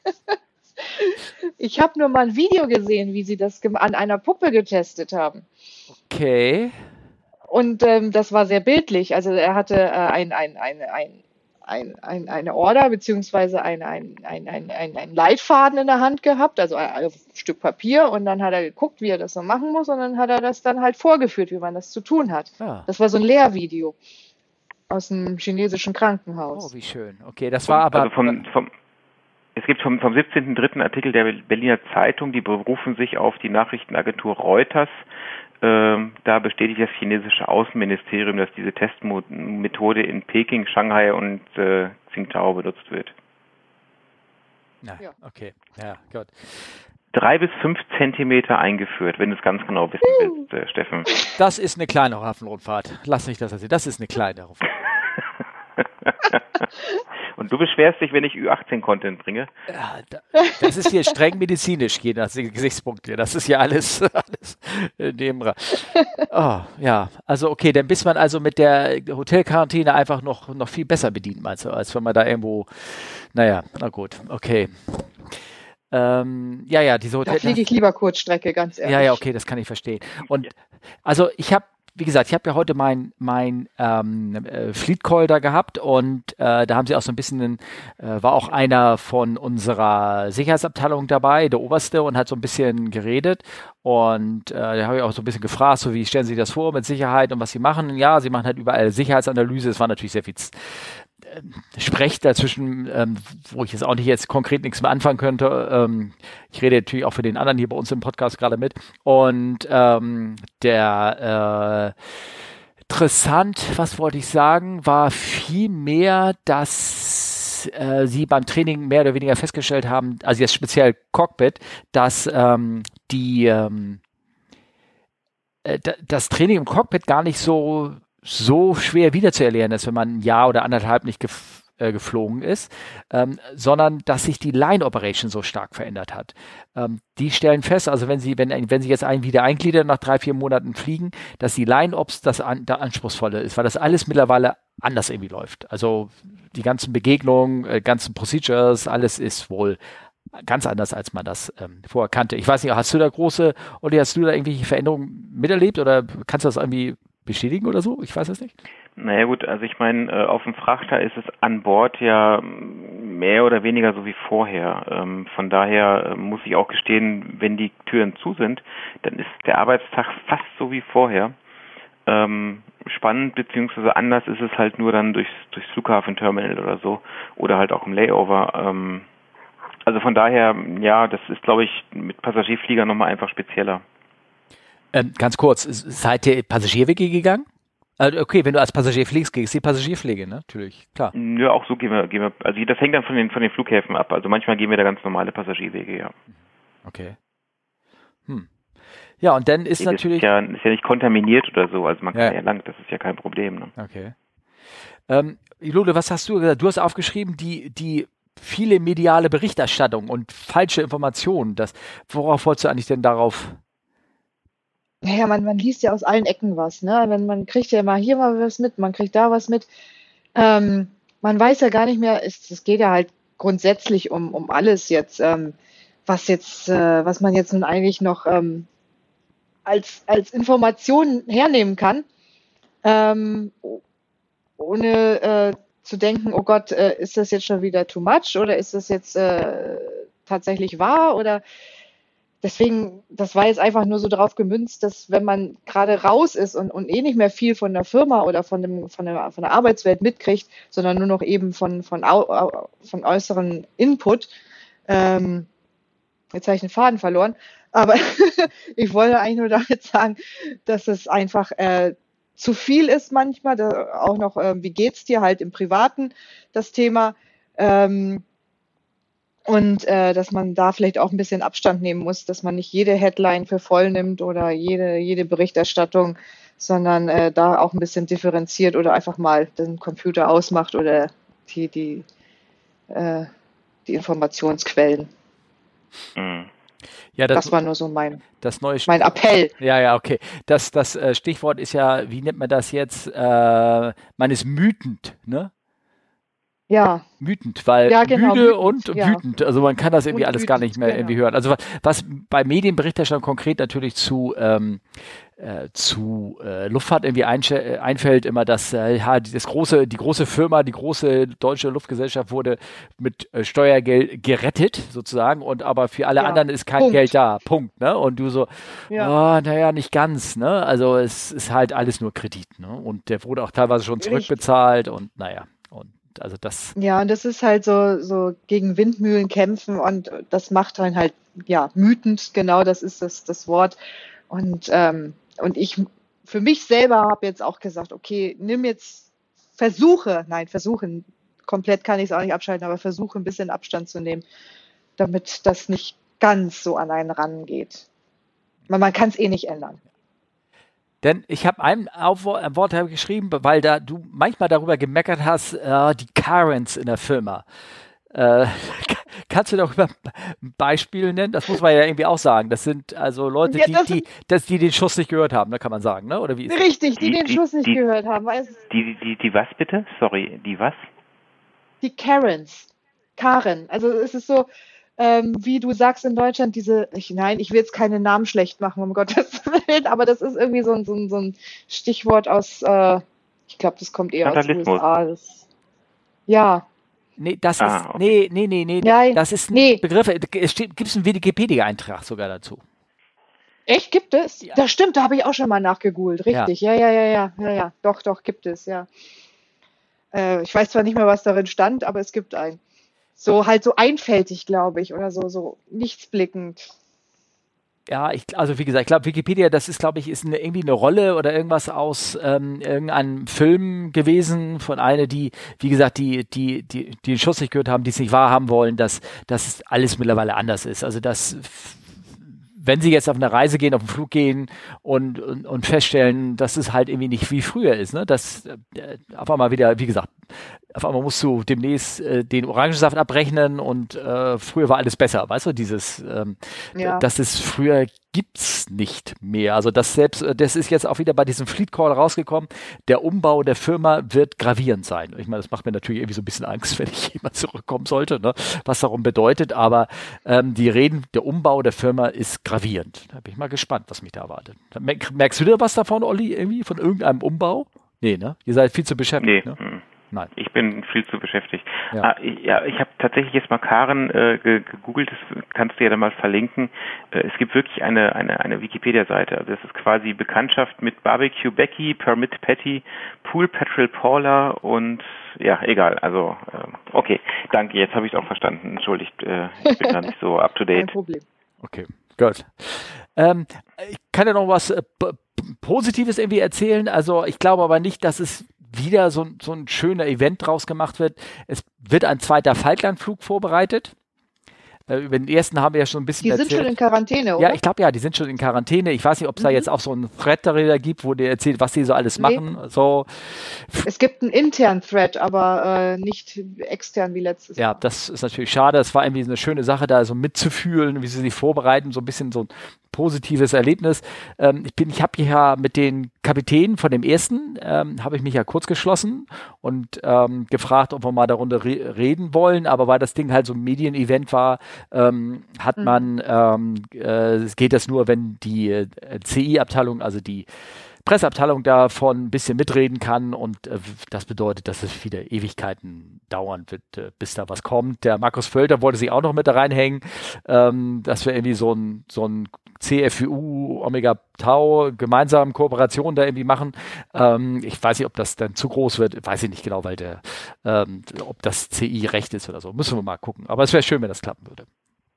Ich habe nur mal ein Video gesehen, wie sie das an einer Puppe getestet haben. Okay. Und das war sehr bildlich. Also er hatte eine Order beziehungsweise einen Leitfaden in der Hand gehabt, also ein Stück Papier, und dann hat er geguckt, wie er das so machen muss, und dann hat er das dann halt vorgeführt, wie man das zu tun hat. Ah. Das war so ein Lehrvideo aus einem chinesischen Krankenhaus. Oh, wie schön. Okay, das war aber... Also es gibt vom 17.03. Artikel der Berliner Zeitung, die berufen sich auf die Nachrichtenagentur Reuters. Da bestätigt das chinesische Außenministerium, dass diese Testmethode in Peking, Shanghai und Qingdao benutzt wird. Ja, Ja. okay. Ja, gut. 3 bis 5 Zentimeter eingeführt, wenn du es ganz genau wissen willst, Steffen. Das ist eine kleine Hafenrundfahrt. Lass mich das erzählen. Das ist eine kleine Rundfahrt. Und du beschwerst dich, wenn ich Ü18-Content bringe. Ja, das ist hier streng medizinisch, je nach Gesichtspunkt. Das ist ja alles in dem Oh, ja, also okay, dann bist man also mit der Hotelquarantäne einfach noch viel besser bedient, meinst du, als wenn man da irgendwo, naja, na gut, okay. Ja, diese Da fliege ich lieber Kurzstrecke, ganz ehrlich. Ja, okay, das kann ich verstehen. Und also wie gesagt, ich habe ja heute mein Fleet Call da gehabt und da haben sie auch so ein bisschen, war auch einer von unserer Sicherheitsabteilung dabei, der Oberste, und hat so ein bisschen geredet. Und da habe ich auch so ein bisschen gefragt, so wie stellen Sie das vor mit Sicherheit und was Sie machen. Und ja, sie machen halt überall Sicherheitsanalyse. Es war natürlich sehr viel Sprech dazwischen, wo ich jetzt auch nicht jetzt konkret nichts mehr anfangen könnte. Ich rede natürlich auch für den anderen hier bei uns im Podcast gerade mit. Und interessant, was wollte ich sagen, war vielmehr, dass sie beim Training mehr oder weniger festgestellt haben, also jetzt speziell Cockpit, dass das Training im Cockpit gar nicht so schwer wiederzuerlernen ist, wenn man ein Jahr oder anderthalb nicht geflogen ist, sondern dass sich die Line Operation so stark verändert hat. Die stellen fest, also wenn sie jetzt wieder eingliedern nach 3-4 Monaten fliegen, dass die Line Ops das Anspruchsvolle ist, weil das alles mittlerweile anders irgendwie läuft. Also die ganzen Begegnungen, ganzen Procedures, alles ist wohl ganz anders, als man das vorher kannte. Ich weiß nicht, hast du da irgendwelche Veränderungen miterlebt oder kannst du das irgendwie bestätigen oder so? Ich weiß es nicht. Naja gut, also ich meine, auf dem Frachter ist es an Bord ja mehr oder weniger so wie vorher. Von daher muss ich auch gestehen, wenn die Türen zu sind, dann ist der Arbeitstag fast so wie vorher. Spannend beziehungsweise anders ist es halt nur dann durchs Flughafenterminal oder so oder halt auch im Layover. Also von daher, ja, das ist, glaube ich, mit Passagierflieger nochmal einfach spezieller. Ganz kurz, seid ihr Passagierwege gegangen? Okay, wenn du als Passagier fliegst, gehst du die Passagierpflege, ne? Natürlich, klar. Ja, auch so gehen wir, also das hängt dann von den Flughäfen ab. Also manchmal gehen wir da ganz normale Passagierwege, ja. Okay. Ja, und dann ist natürlich... Ist ja nicht kontaminiert oder so, also man kann ja lang, das ist ja kein Problem, ne? Okay. Lude, was hast du gesagt? Du hast aufgeschrieben, die viele mediale Berichterstattung und falsche Informationen. Worauf wolltest du eigentlich denn darauf... Naja, man liest ja aus allen Ecken was, ne? Man kriegt ja mal hier mal was mit, man kriegt da was mit. Man weiß ja gar nicht mehr, es geht ja halt grundsätzlich um alles jetzt, was man jetzt nun eigentlich noch als Information hernehmen kann, ohne zu denken, oh Gott, ist das jetzt schon wieder too much oder ist das jetzt tatsächlich wahr oder deswegen, das war jetzt einfach nur so drauf gemünzt, dass wenn man gerade raus ist und eh nicht mehr viel von der Firma oder von der Arbeitswelt mitkriegt, sondern nur noch eben von äußeren Input, jetzt habe ich den Faden verloren, aber ich wollte eigentlich nur damit sagen, dass es einfach zu viel ist manchmal, auch noch, wie geht's dir halt im Privaten, das Thema, und dass man da vielleicht auch ein bisschen Abstand nehmen muss, dass man nicht jede Headline für voll nimmt oder jede Berichterstattung, sondern da auch ein bisschen differenziert oder einfach mal den Computer ausmacht oder die Informationsquellen. Mhm. Ja, das war nur so mein Appell. Ja, okay. Das Stichwort ist ja, wie nennt man das jetzt? Man ist wütend, ne? Ja. Wütend, weil genau, müde und wütend. Also man kann das irgendwie und alles wütend, gar nicht mehr irgendwie hören. Also was bei Medienberichterstattung konkret natürlich zu Luftfahrt irgendwie einfällt, immer, dass die große Firma, die große deutsche Luftgesellschaft wurde mit Steuergeld gerettet sozusagen und aber für alle anderen ist kein Geld da. Punkt. Ne? Und du so, naja, nicht ganz. Ne? Also es ist halt alles nur Kredit. Ne? Und der wurde auch teilweise schon zurückbezahlt und naja. Also das. Ja, und das ist halt so gegen Windmühlen kämpfen und das macht einen halt, wütend, genau, das ist das Wort. Und ich für mich selber habe jetzt auch gesagt, okay, versuchen, komplett kann ich es auch nicht abschalten, aber versuche ein bisschen Abstand zu nehmen damit das nicht ganz so an einen rangeht. Weil man kann es eh nicht ändern. Denn ich habe ein Wort geschrieben, weil du manchmal darüber gemeckert hast, die Karens in der Firma. Kannst du darüber ein Beispiel nennen? Das muss man ja irgendwie auch sagen. Das sind also Leute, die den Schuss nicht gehört haben, da kann man sagen, ne? Oder wie ist das? Richtig, die den Schuss nicht gehört haben. Die was bitte? Sorry, die was? Die Karens. Karen. Also es ist so, wie du sagst in Deutschland, ich will jetzt keine Namen schlecht machen, um Gottes Willen, aber das ist irgendwie so ein Stichwort aus, ich glaube, das kommt eher aus den USA. Ja. Nee, das ist, okay. nee, Nein, das ist ein Begriff, gibt es einen Wikipedia-Eintrag sogar dazu. Echt, gibt es? Ja. Das stimmt, da habe ich auch schon mal nachgegoogelt, richtig, ja, doch, gibt es, ja. Ich weiß zwar nicht mehr, was darin stand, aber es gibt einen. So halt so einfältig, glaube ich, oder so nichtsblickend. Ja, also wie gesagt, ich glaube, Wikipedia, das ist, glaube ich, irgendwie eine Rolle oder irgendwas aus irgendeinem Film gewesen von einer, die, wie gesagt, die den Schuss nicht gehört haben, die es nicht wahrhaben wollen, dass alles mittlerweile anders ist. Also wenn sie jetzt auf eine Reise gehen, auf einen Flug gehen und feststellen, dass es halt irgendwie nicht wie früher ist, ne? Dass auf einmal wieder, wie gesagt, auf einmal musst du demnächst den Orangensaft abrechnen und früher war alles besser, weißt du, das ist früher gibt's nicht mehr. Also das ist jetzt auch wieder bei diesem Fleet Call rausgekommen. Der Umbau der Firma wird gravierend sein. Ich meine, das macht mir natürlich irgendwie so ein bisschen Angst, wenn ich jemand zurückkommen sollte, ne? Was darum bedeutet, aber der Umbau der Firma ist gravierend. Da bin ich mal gespannt, was mich da erwartet. Merkst du da was davon, Olli, irgendwie von irgendeinem Umbau? Nee, ne? Ihr seid viel zu beschäftigt, ne? Nein. Ich bin viel zu beschäftigt. Ja. Ich habe tatsächlich jetzt mal Karen gegoogelt, das kannst du ja dann mal verlinken. Es gibt wirklich eine Wikipedia-Seite. Also das ist quasi Bekanntschaft mit Barbecue Becky, Permit Patty, Pool Patrol Paula und ja, egal. Also okay, danke, jetzt habe ich es auch verstanden. Entschuldigt, ich bin da nicht so up to date. Kein Problem. Okay, gut. Ich kann ja noch was Positives irgendwie erzählen. Also ich glaube aber nicht, dass es wieder so ein schöner Event draus gemacht wird. Es wird ein zweiter Falklandflug vorbereitet. Über den ersten haben wir ja schon ein bisschen erzählt. Die sind schon in Quarantäne, oder? Ja, ich glaube ja, die sind schon in Quarantäne. Ich weiß nicht, ob es da jetzt auch so einen Thread darüber gibt, wo der erzählt, was die so alles machen. So. Es gibt einen internen Thread, aber nicht extern wie letztes Jahr. Ja, das ist natürlich schade. Es war irgendwie eine schöne Sache, da so mitzufühlen, wie sie sich vorbereiten, so ein bisschen so ein positives Erlebnis. Ich habe ja mit den Kapitänen von dem ersten, habe ich mich ja kurz geschlossen und gefragt, ob wir mal darunter reden wollen, aber weil das Ding halt so ein Medienevent war, geht das nur, wenn die CI-Abteilung, also die Presseabteilung davon ein bisschen mitreden kann und das bedeutet, dass es wieder Ewigkeiten dauern wird, bis da was kommt. Der Markus Völter wollte sich auch noch mit da reinhängen, dass wir irgendwie so ein CFU, Omega Tau, gemeinsam Kooperation da irgendwie machen. Ich weiß nicht, ob das dann zu groß wird, weiß ich nicht genau, weil ob das CI recht ist oder so. Müssen wir mal gucken. Aber es wäre schön, wenn das klappen würde.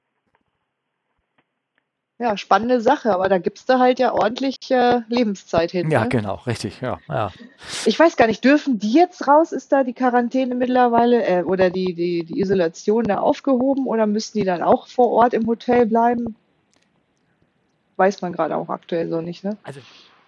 Ja, spannende Sache, aber da gibt's da halt ja ordentlich Lebenszeit hin. Ja, ne? genau, richtig, ja. Ich weiß gar nicht, dürfen die jetzt raus? Ist da die Quarantäne mittlerweile oder die Isolation da aufgehoben oder müssen die dann auch vor Ort im Hotel bleiben? Weiß man gerade auch aktuell so nicht, ne? Also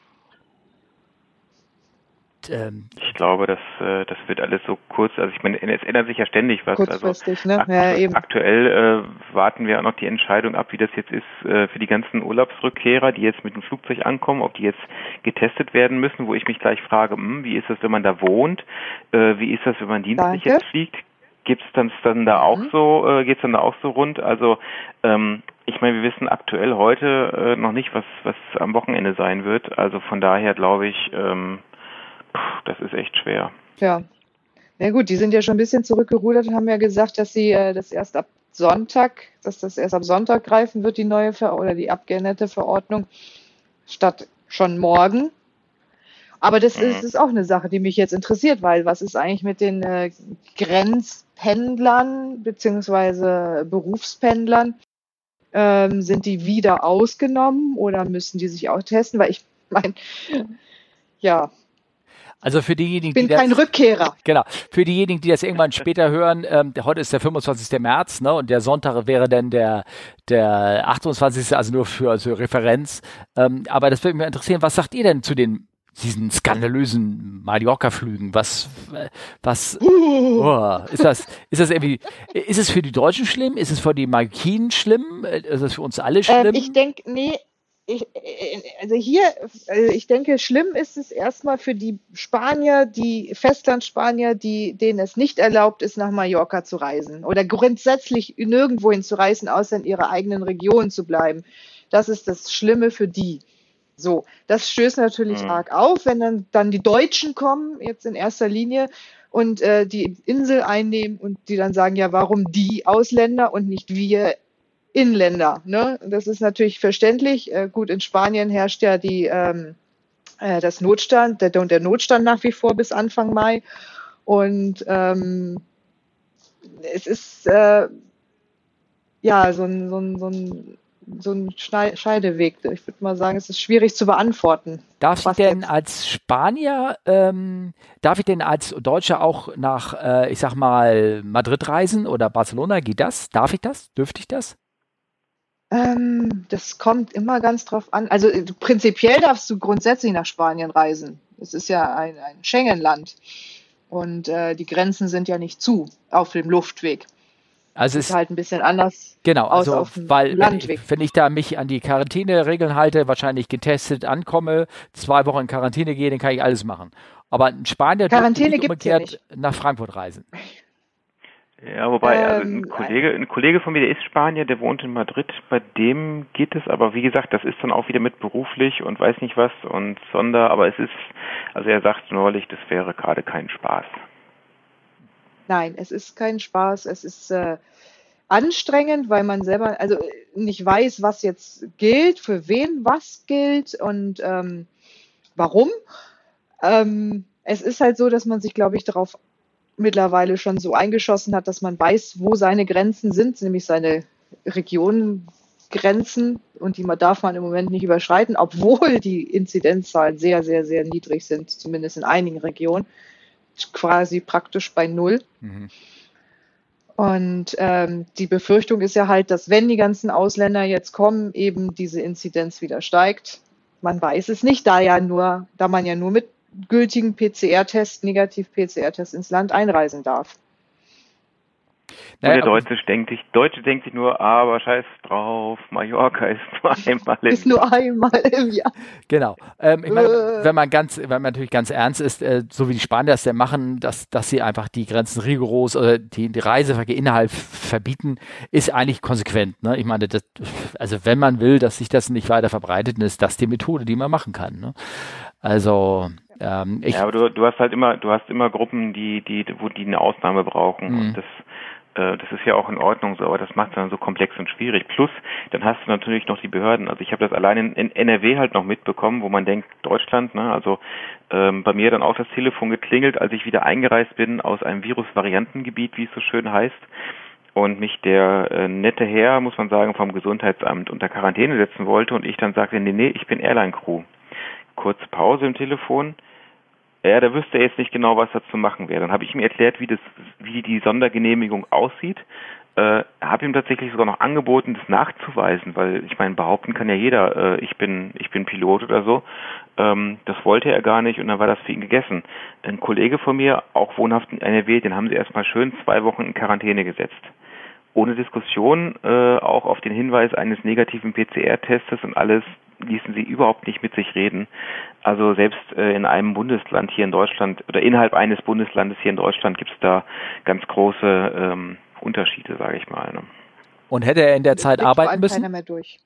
ich glaube, das wird alles so kurz, also ich meine, es ändert sich ja ständig was. Kurzfristig, also ne? Ja, eben. Aktuell warten wir auch noch die Entscheidung ab, wie das jetzt ist für die ganzen Urlaubsrückkehrer, die jetzt mit dem Flugzeug ankommen, ob die jetzt getestet werden müssen, wo ich mich gleich frage, wie ist das, wenn man da wohnt? Wie ist das, wenn man dienstlich jetzt fliegt? Geht's dann da auch so rund? Also ich meine, wir wissen aktuell heute noch nicht, was am Wochenende sein wird. Also von daher glaube ich, das ist echt schwer. Ja. Na gut, die sind ja schon ein bisschen zurückgerudert und haben ja gesagt, dass sie das erst ab Sonntag greifen wird, die neue oder die abgeänderte Verordnung, statt schon morgen. Aber das ist auch eine Sache, die mich jetzt interessiert, weil was ist eigentlich mit den Grenzpendlern beziehungsweise Berufspendlern? Sind die wieder ausgenommen oder müssen die sich auch testen? Weil ich meine, ja. Also für diejenigen, Ich bin kein Rückkehrer. Genau, für diejenigen, die das irgendwann später hören, heute ist der 25. März, ne, und der Sonntag wäre dann der 28., also nur für Referenz. Aber das würde mich interessieren, was sagt ihr denn zu diesen skandalösen Mallorca-Flügen? Ist das irgendwie, ist es für die Deutschen schlimm? Ist es für die Mallorquinen schlimm? Ist es für uns alle schlimm? Ich denke, nee, ich denke, schlimm ist es erstmal für die Spanier, die Festlandspanier, denen es nicht erlaubt ist, nach Mallorca zu reisen oder grundsätzlich nirgendwohin zu reisen, außer in ihrer eigenen Region zu bleiben. Das ist das Schlimme für die. So, das stößt natürlich arg auf, wenn dann die Deutschen kommen, jetzt in erster Linie, und die Insel einnehmen und die dann sagen, ja, warum die Ausländer und nicht wir Inländer, ne? Das ist natürlich verständlich. Gut, in Spanien herrscht ja der Notstand nach wie vor bis Anfang Mai. Und es ist ja so ein Scheideweg. Ich würde mal sagen, es ist schwierig zu beantworten. Darf ich denn als Spanier, darf ich denn als Deutscher auch nach, ich sag mal, Madrid reisen oder Barcelona? Geht das? Darf ich das? Dürfte ich das? Das kommt immer ganz drauf an. Also prinzipiell darfst du grundsätzlich nach Spanien reisen. Es ist ja ein Schengen-Land und die Grenzen sind ja nicht zu auf dem Luftweg. Also es ist halt ein bisschen anders genau, aus also auf dem weil Landweg. wenn ich da mich an die Quarantäneregeln halte, wahrscheinlich getestet ankomme, 2 Wochen in Quarantäne gehe, dann kann ich alles machen. Aber ein Spanier dürfte nicht umgekehrt nach Frankfurt reisen. Ja, wobei, also ein Kollege von mir, der ist Spanier, der wohnt in Madrid, bei dem geht es, aber wie gesagt, das ist dann auch wieder mit beruflich und weiß nicht was und aber es ist, also er sagt neulich, das wäre gerade kein Spaß. Nein, es ist kein Spaß, es ist anstrengend, weil man selber also nicht weiß, was jetzt gilt, für wen was gilt und warum. Es ist halt so, dass man sich, glaube ich, darauf mittlerweile schon so eingeschossen hat, dass man weiß, wo seine Grenzen sind, nämlich seine Regionengrenzen und die darf man im Moment nicht überschreiten, obwohl die Inzidenzzahlen sehr, sehr, sehr niedrig sind, zumindest in einigen Regionen, quasi praktisch bei 0. Mhm. Und die Befürchtung ist ja halt, dass wenn die ganzen Ausländer jetzt kommen, eben diese Inzidenz wieder steigt. Man weiß es nicht, da man ja nur mit gültigen PCR-Test, Negativ-PCR-Test ins Land einreisen darf. Und der Deutsche denkt sich nur, aber scheiß drauf, Mallorca ist nur einmal im Jahr. Ist nur einmal im Jahr. Genau. Ich meine, wenn man natürlich ganz ernst ist, so wie die Spanier das denn machen, dass sie einfach die Grenzen rigoros oder die Reiseverkehr innerhalb verbieten, ist eigentlich konsequent. Ne? Ich meine, also wenn man will, dass sich das nicht weiter verbreitet, dann ist das die Methode, die man machen kann. Ne? Also ja, aber du hast immer Gruppen, wo die eine Ausnahme brauchen und das ist ja auch in Ordnung so, aber das macht es dann so komplex und schwierig. Plus, dann hast du natürlich noch die Behörden. Also ich habe das allein in NRW halt noch mitbekommen, wo man denkt, Deutschland, ne? Also bei mir dann auch das Telefon geklingelt, als ich wieder eingereist bin aus einem Virusvariantengebiet, wie es so schön heißt. Und mich der nette Herr, muss man sagen, vom Gesundheitsamt unter Quarantäne setzen wollte und ich dann sagte, nee, ich bin Airline-Crew. Kurze Pause im Telefon. Ja, da wüsste er jetzt nicht genau, was da zu machen wäre. Dann habe ich ihm erklärt, wie die Sondergenehmigung aussieht. Habe ihm tatsächlich sogar noch angeboten, das nachzuweisen, weil ich meine, behaupten kann ja jeder, ich bin Pilot oder so. Das wollte er gar nicht und dann war das für ihn gegessen. Ein Kollege von mir, auch wohnhaft in NRW, den haben sie erstmal schön 2 Wochen in Quarantäne gesetzt. Ohne Diskussion, auch auf den Hinweis eines negativen PCR-Testes und alles, ließen sie überhaupt nicht mit sich reden. Also selbst in einem Bundesland hier in Deutschland oder innerhalb eines Bundeslandes hier in Deutschland gibt es da ganz große Unterschiede, sage ich mal. Ne? Und hätte er in der Zeit arbeiten müssen? Keiner mehr durch.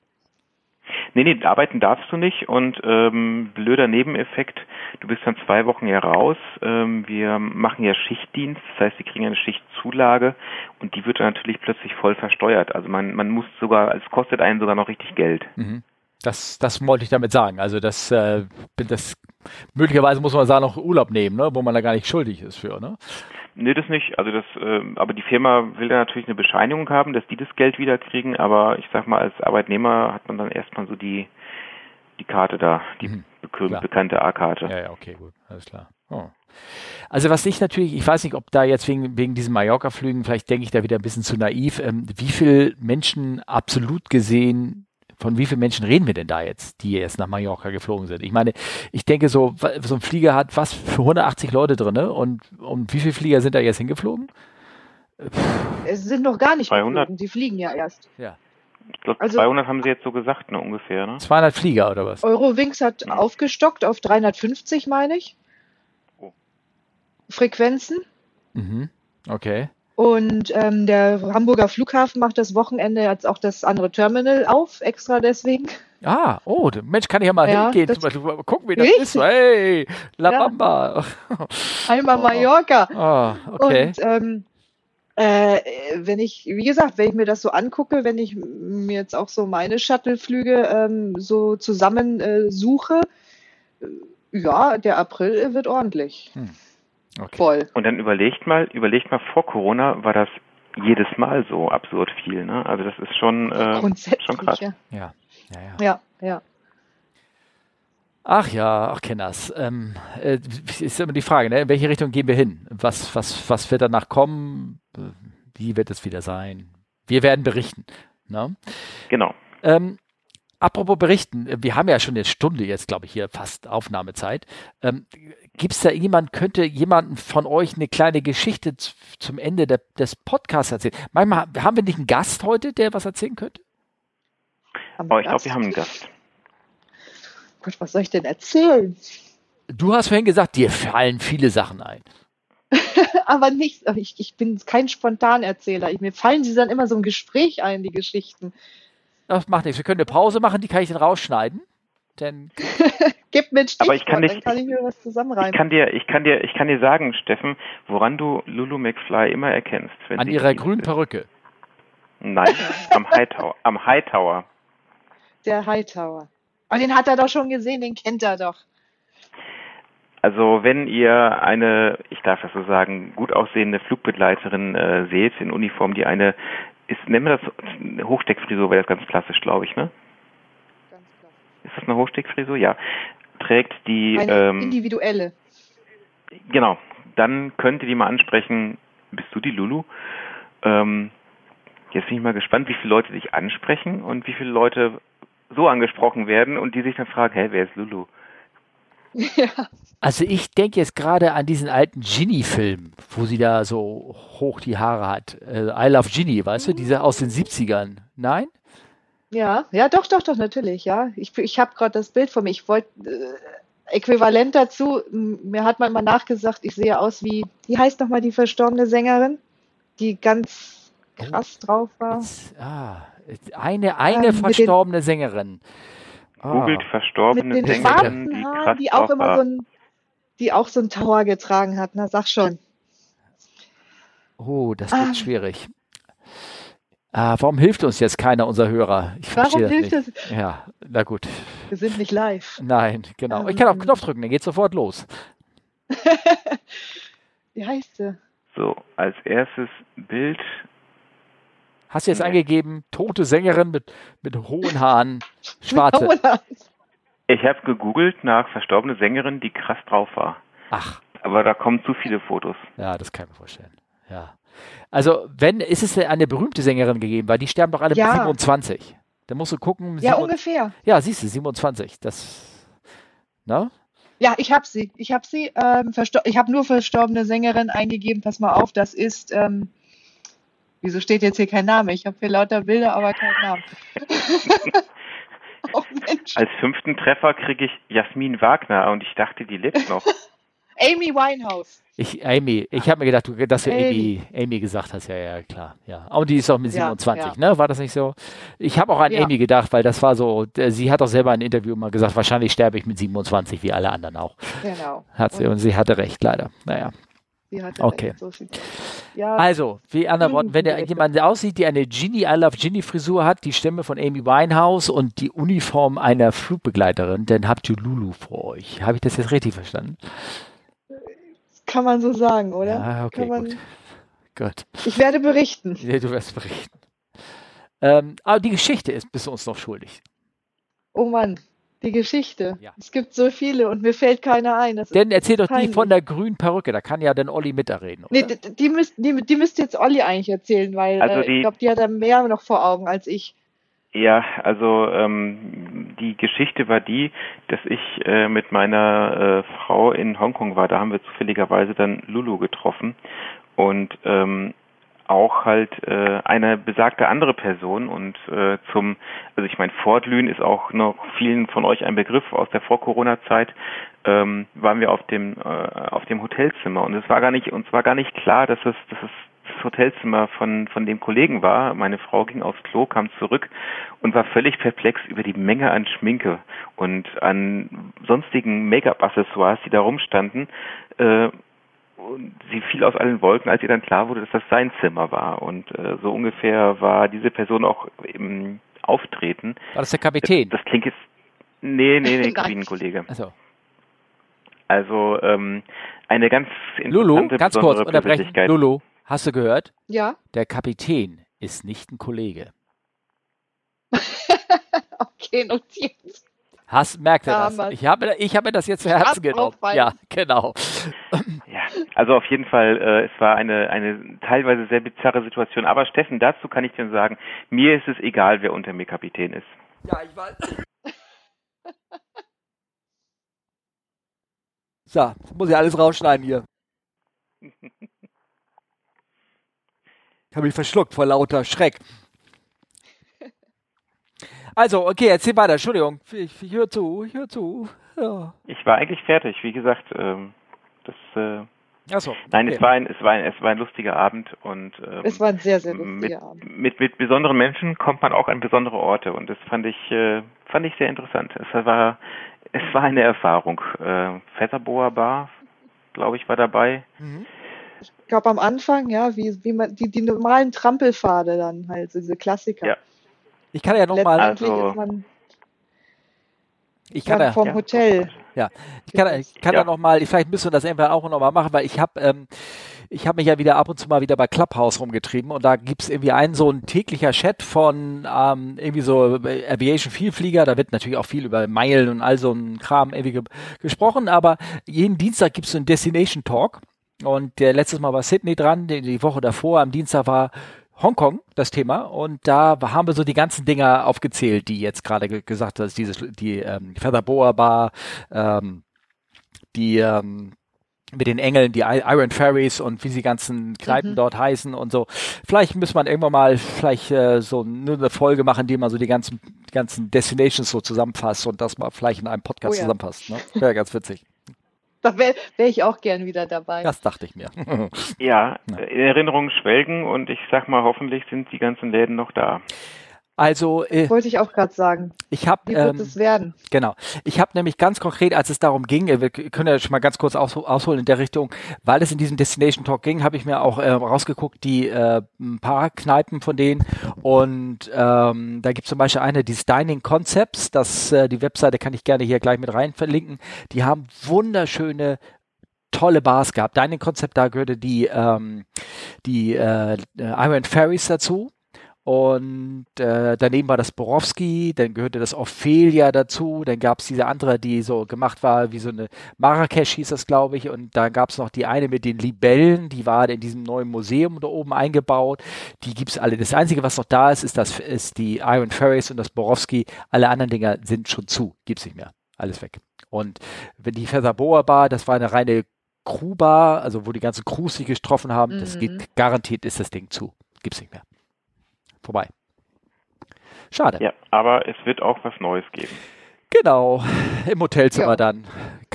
Nee, arbeiten darfst du nicht und blöder Nebeneffekt, du bist dann 2 Wochen ja raus. Wir machen ja Schichtdienst, das heißt, wir kriegen eine Schichtzulage und die wird dann natürlich plötzlich voll versteuert. Also man muss sogar, es kostet einen sogar noch richtig Geld. Mhm. Das wollte ich damit sagen. Also das möglicherweise muss man da noch Urlaub nehmen, ne, wo man da gar nicht schuldig ist für, ne? Nee, das nicht. Also aber die Firma will da natürlich eine Bescheinigung haben, dass die das Geld wieder kriegen, aber ich sag mal, als Arbeitnehmer hat man dann erstmal so die Karte da, die bekannte A-Karte. Ja, okay, gut, alles klar. Oh. Also was ich natürlich, ich weiß nicht, ob da jetzt wegen diesen Mallorca-Flügen, vielleicht denke ich da wieder ein bisschen zu naiv, wie viele Menschen absolut gesehen, von wie vielen Menschen reden wir denn da jetzt, die jetzt nach Mallorca geflogen sind? Ich meine, ich denke so ein Flieger hat was für 180 Leute drin, ne? Und wie viele Flieger sind da jetzt hingeflogen? Es sind noch gar nicht 200. geflogen, die fliegen ja erst. Ja. Ich glaube, Also- 200 haben sie jetzt so gesagt, ne, ungefähr, ne? 200 Flieger oder was? Eurowings hat aufgestockt auf 350, meine ich. Oh. Frequenzen. Mhm. Okay. Und der Hamburger Flughafen macht das Wochenende jetzt auch das andere Terminal auf, extra deswegen. Ah, oh, Mensch, kann ich ja mal Ja, hingehen, das- zum Beispiel, mal gucken, wie das Richtig. ist. Hey, La Ja. Bamba. Einmal Mallorca. Ah, okay. Und wenn ich mir das so angucke, wenn ich mir jetzt auch so meine Shuttle-Flüge so zusammen suche, ja, der April wird ordentlich Okay. voll. Und dann überlegt mal, vor Corona war das jedes Mal so absurd viel, ne? Also das ist schon Grundsätzlich, krass. ja. Ja. Ja. Ach ja, ach Kenners. Ist immer die Frage, ne? In welche Richtung gehen wir hin? Was wird danach kommen? Wie wird es wieder sein? Wir werden berichten. Ne? Genau. Apropos berichten, wir haben ja schon eine Stunde jetzt, glaube ich, hier fast Aufnahmezeit. Gibt es da könnte jemanden von euch eine kleine Geschichte zum Ende des Podcasts erzählen? Manchmal haben wir nicht einen Gast heute, der was erzählen könnte? Aber ich glaube, wir haben einen Gast. Gott, was soll ich denn erzählen? Du hast vorhin gesagt, dir fallen viele Sachen ein. Aber nicht, ich bin kein Spontanerzähler. Mir fallen sie dann immer so im Gespräch ein, die Geschichten. Das macht nichts. Wir können eine Pause machen, die kann ich dann rausschneiden. Dann Gib mir ein Stichwort, Aber ich kann dann kann ich mir was zusammenreimen. Ich kann dir sagen, Steffen, woran du Lulu McFly immer erkennst. Wenn an sie ihrer fliegt. grünen Perücke. Nein, am Hightower. Am Hightower. Der Hightower. Aber den hat er doch schon gesehen, den kennt er doch. Also wenn ihr eine, ich darf das so sagen, gut aussehende Flugbegleiterin seht in Uniform, die eine ist, nennen wir das Hochsteckfrisur, wäre das ganz klassisch, glaube ich, ne? Ganz klar. Ist das eine Hochsteckfrisur? Ja. Trägt die, Eine individuelle. genau, dann könnt ihr die mal ansprechen, bist du die Lulu? Jetzt bin ich mal gespannt, wie viele Leute dich ansprechen und wie viele Leute so angesprochen werden und die sich dann fragen, hey, wer ist Lulu? Ja. Also ich denke jetzt gerade an diesen alten Ginny-Film, wo sie da so hoch die Haare hat. I Love Ginny, weißt du, diese aus den 70ern. Nein? Ja, doch, natürlich, ja. Ich habe gerade das Bild vor mir. Ich wollte äquivalent dazu, mir hat man mal nachgesagt, ich sehe aus wie heißt nochmal die verstorbene Sängerin, die ganz krass drauf war. Eine verstorbene Sängerin. Googelt verstorbene Mit den Sängerin, schwarzen die Haaren, krass die auch drauf immer war. die auch so einen Tower getragen hat. Na, sag schon. Oh, das wird schwierig. Warum hilft uns jetzt keiner unserer Hörer? Ich verstehe Warum das hilft nicht. Ja, na gut. Wir sind nicht live. Nein, genau. Ich kann auf den Knopf drücken, dann geht sofort los. Wie heißt sie? So, als erstes Bild. Hast du jetzt eingegeben, tote Sängerin mit hohen Haaren, schwarze. Ich habe gegoogelt nach verstorbene Sängerin, die krass drauf war. Ach, Aber da kommen zu viele Fotos. ja, das kann ich mir vorstellen. Ja. Also, ist es eine berühmte Sängerin gegeben, weil die sterben doch alle Ja. mit 27. Da musst du gucken. Ja, ungefähr. Ja, siehst du, 27. Das, ne? Ja, ich habe sie. Ich habe nur verstorbene Sängerin eingegeben. Pass mal auf, das ist. Wieso steht jetzt hier kein Name? Ich habe hier lauter Bilder, aber keinen Namen. Oh Mensch. Als 5. Treffer kriege ich Jasmin Wagner und ich dachte, die lebt noch. Amy Winehouse. Ich habe mir gedacht, dass du Amy gesagt hast. Ja, klar. Ja. Und die ist auch mit 27, ne? War das nicht so? Ich habe auch an Amy gedacht, weil das war so, sie hat auch selber in einem Interview mal gesagt, wahrscheinlich sterbe ich mit 27, wie alle anderen auch. Genau. Und sie hatte recht, leider. Naja. Sie hatte Okay. recht, so viel. Ja, Also, wie anderen Worten, wenn jemand jemand aussieht, die eine I Love Ginny Frisur hat, die Stimme von Amy Winehouse und die Uniform einer Flugbegleiterin, dann habt ihr Lulu vor euch. Habe ich das jetzt richtig verstanden? kann man so sagen, oder? Ja, okay, Kann man, gut. Ich werde berichten. Ja, du wirst berichten. Aber die Geschichte bist du uns noch schuldig. Oh Mann, Die Geschichte. Ja. Es gibt so viele und mir fällt keiner ein. Das Denn ist erzähl doch die peinlich. von der grünen Perücke, da kann ja dann Olli mitreden, Nee, oder? die müsste jetzt Olli eigentlich erzählen, weil Also ich glaube, die hat da mehr noch vor Augen als ich. Ja, also die Geschichte war die, dass ich mit meiner Frau in Hongkong war. Da haben wir zufälligerweise dann Lulu getroffen und auch halt eine besagte andere Person und also ich meine, Fortlühen ist auch noch vielen von euch ein Begriff aus der Vor-Corona-Zeit, waren wir auf dem Hotelzimmer und uns war gar nicht klar, dass es das Hotelzimmer von dem Kollegen war. Meine Frau ging aufs Klo, kam zurück und war völlig perplex über die Menge an Schminke und an sonstigen Make-up-Accessoires, die da rumstanden. Und sie fiel aus allen Wolken, als ihr dann klar wurde, dass das sein Zimmer war. Und so ungefähr war diese Person auch im Auftreten. War das der Kapitän? Das klingt jetzt... Nee, Nein. Kabinenkollege. Achso. Also eine ganz Lulu, interessante, ganz kurz besondere unterbrechen. Persönlichkeit. Lulu, hast du gehört? Ja? Der Kapitän ist nicht ein Kollege. Okay, notiert. Merkt er das? Damals. Ich habe mir das jetzt zu Herzen genommen. Aufweisen. Ja, genau. Ja, also auf jeden Fall, es war eine teilweise sehr bizarre Situation. Aber Steffen, dazu kann ich dir sagen, mir ist es egal, wer unter mir Kapitän ist. Ja, ich weiß. So, muss ich alles rausschneiden hier. Ich habe mich verschluckt vor lauter Schreck. Also, okay, erzähl weiter. Entschuldigung, ich höre zu. Ja. Ich war eigentlich fertig, wie gesagt. Achso. Nein, Okay. es war ein lustiger Abend und Es war ein sehr, sehr lustiger Abend. mit besonderen Menschen kommt man auch an besondere Orte und das fand ich sehr interessant. Es war eine Erfahrung. Featherboa Bar, glaube ich, war dabei. Mhm. Ich glaube am Anfang, ja, wie man die normalen Trampelpfade dann halt, so diese Klassiker. Ja. Ich kann ja nochmal. Letztendlich Also- ist man Ich kann dann ja. vom Ja. Hotel. Ich kann Ja. da nochmal, vielleicht müssen wir das irgendwann auch nochmal machen, weil ich habe mich ja wieder ab und zu mal wieder bei Clubhouse rumgetrieben und da gibt's irgendwie so ein täglicher Chat von irgendwie so Aviation Vielflieger, da wird natürlich auch viel über Meilen und all so ein Kram irgendwie gesprochen, aber jeden Dienstag gibt's so einen Destination Talk und der letztes Mal war Sydney dran, die Woche davor am Dienstag war Hongkong, das Thema, und da haben wir so die ganzen Dinger aufgezählt, die jetzt gerade gesagt hast, die Featherboa Bar, die mit den Engeln, die Iron Ferries und wie die ganzen Kneipen dort heißen und so. Vielleicht müssen wir irgendwann mal so nur eine Folge machen, die man so die ganzen Destinations so zusammenfasst und das mal vielleicht in einem Podcast Oh ja. zusammenfasst. Ne? Wäre ganz witzig. Da wär ich auch gern wieder dabei. Das dachte ich mir. Ja, in Erinnerungen schwelgen und ich sag mal, hoffentlich sind die ganzen Läden noch da. Also, Wollte ich auch gerade sagen. ich habe Wie wird es werden? Genau. Ich habe nämlich ganz konkret, als es darum ging, wir können ja schon mal ganz kurz ausholen in der Richtung, weil es in diesem Destination Talk ging, habe ich mir auch rausgeguckt, ein paar Kneipen von denen und da gibt es zum Beispiel eine, die Dining Concepts, die Webseite kann ich gerne hier gleich mit rein verlinken, die haben wunderschöne tolle Bars gehabt. Dining Concept, da gehörte die Iron Ferries dazu. Und daneben war das Borowski, dann gehörte das Ophelia dazu, dann gab es diese andere, die so gemacht war, wie so eine Marrakesch hieß das, glaube ich, und dann gab es noch die eine mit den Libellen, die war in diesem neuen Museum da oben eingebaut, die gibt's alle. Das Einzige, was noch da ist, ist die Iron Ferries und das Borowski, alle anderen Dinger sind schon zu, gibt's nicht mehr, alles weg. Und wenn die Featherboa Bar, das war eine reine Crewbar, also wo die ganzen Crews sich getroffen haben, das geht, garantiert ist das Ding zu, gibt's nicht mehr. Vorbei. Schade. Ja, aber es wird auch was Neues geben. Genau, im Hotelzimmer Ja. dann.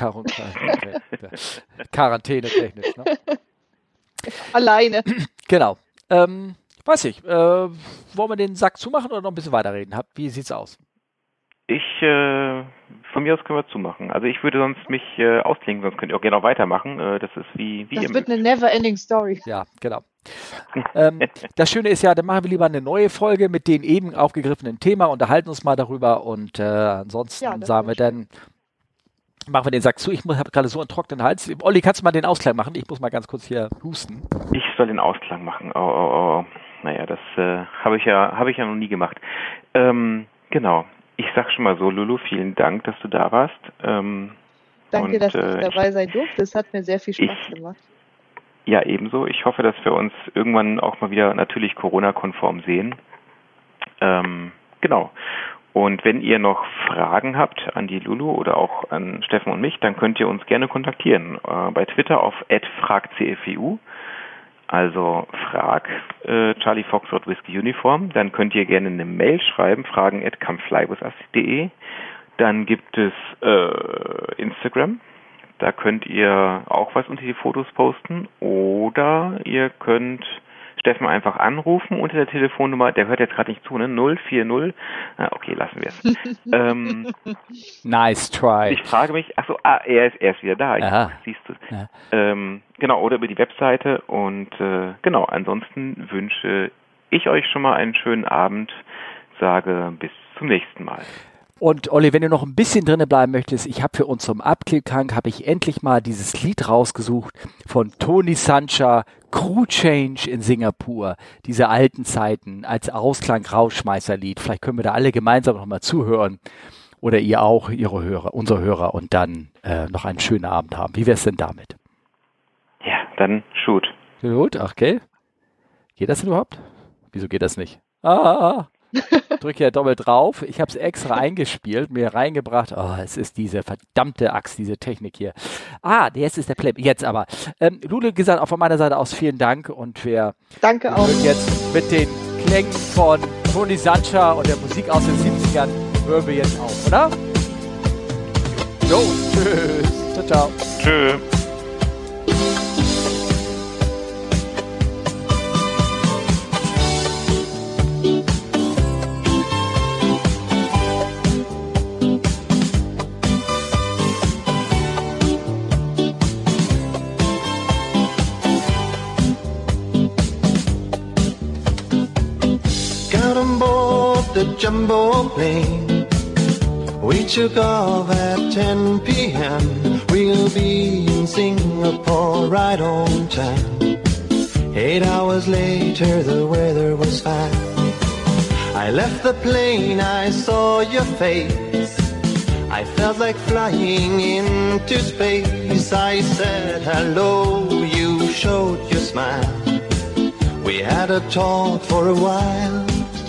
Quarantäne-technisch. Ne? Alleine. Genau. Weiß ich, wollen wir den Sack zumachen oder noch ein bisschen weiterreden? Wie sieht's aus? Von mir aus können wir zumachen. Also ich würde sonst mich ausklinken, sonst könnt ihr auch gerne noch weitermachen. Das ist wie Das ihr wird mögt. eine never-ending Story. Ja, genau. Das Schöne ist ja, dann machen wir lieber eine neue Folge mit dem eben aufgegriffenen Thema, unterhalten uns mal darüber und ansonsten Ja, das sagen wir wär dann, machen wir den Sack zu. Ich habe gerade so einen trockenen Hals. Olli, kannst du mal den Ausklang machen? Ich muss mal ganz kurz hier husten. Ich soll den Ausklang machen. Oh. Naja, das habe ich ja noch nie gemacht. Genau. ich sag schon mal so, Lulu, vielen Dank, dass du da warst. Danke, dass ich dabei sein durfte. Es hat mir sehr viel Spaß gemacht. Ja, ebenso. Ich hoffe, dass wir uns irgendwann auch mal wieder natürlich Corona-konform sehen. Genau. Und wenn ihr noch Fragen habt an die Lulu oder auch an Steffen und mich, dann könnt ihr uns gerne kontaktieren. Bei Twitter auf @fragcfwu, also frag Charlie Foxtrot Whiskey Uniform. Dann könnt ihr gerne eine Mail schreiben, fragen@comeflywithus.de. Dann gibt es Instagram. Da könnt ihr auch was unter die Fotos posten. Oder ihr könnt Steffen einfach anrufen unter der Telefonnummer, der hört jetzt gerade nicht zu, ne? 040. Okay, lassen wir es. Nice try. Ich frage mich, er ist wieder da. Siehst du. Ja. Genau, oder über die Webseite. Und genau, ansonsten wünsche ich euch schon mal einen schönen Abend. Sage bis zum nächsten Mal. Und Olli, wenn du noch ein bisschen drinnen bleiben möchtest, ich habe für uns zum Abklickgang endlich mal dieses Lied rausgesucht von Tony Sancha, Crew Change in Singapur, diese alten Zeiten als Ausklang-Rausschmeißerlied. Vielleicht können wir da alle gemeinsam noch mal zuhören oder ihr auch, unsere Hörer und dann noch einen schönen Abend haben. Wie wär's denn damit? Ja, dann shoot. Gut, okay. Geht das denn überhaupt? Wieso geht das nicht? Drücke ja doppelt drauf. Ich habe es extra eingespielt, mir reingebracht. Oh, es ist diese verdammte Axt, diese Technik hier. Jetzt ist der Play. Jetzt aber. Lulu, gesagt, auch von meiner Seite aus vielen Dank. Und Danke auch. Jetzt mit den Klängen von Tony Sancha und der Musik aus den 70ern hören wir jetzt auf, oder? Jo, tschüss. Ciao, ciao. Tschüss. The jumbo plane, we took off at 10 p.m. We'll be in Singapore right on time. 8 hours later the weather was fine. I left the plane, I saw your face. I felt like flying into space. I said hello, you showed your smile. We had a talk for a while.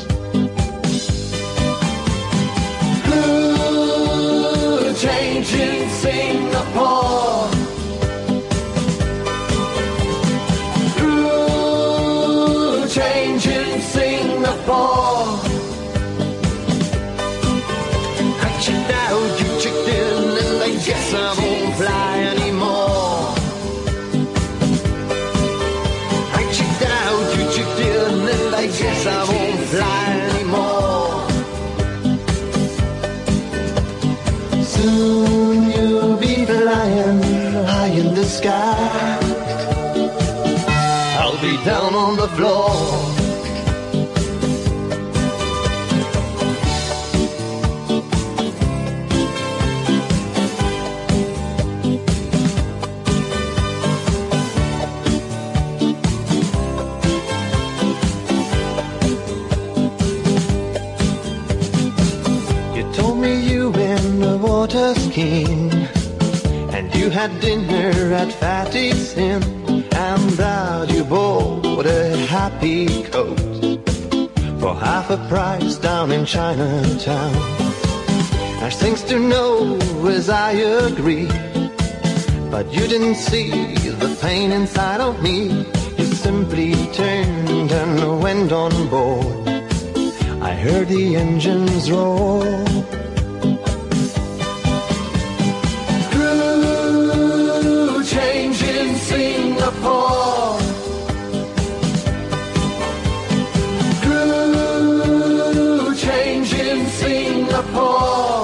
Change in Singapore. Ooh, change in Singapore. I checked out, you checked in, and I guess I won't fly anymore. I checked out, you checked in, and I guess I won't fly anymore. Soon you'll be flying high in the sky. I'll be down on the floor. You told me you and the water skiing, and you had dinner at Fatty's Inn, and that you bought a happy coat for half a price down in Chinatown. There's things to know, as I agree, but you didn't see the pain inside of me. You simply turned and went on board. I heard the engines roar. Crew change in Singapore. Crew change in Singapore.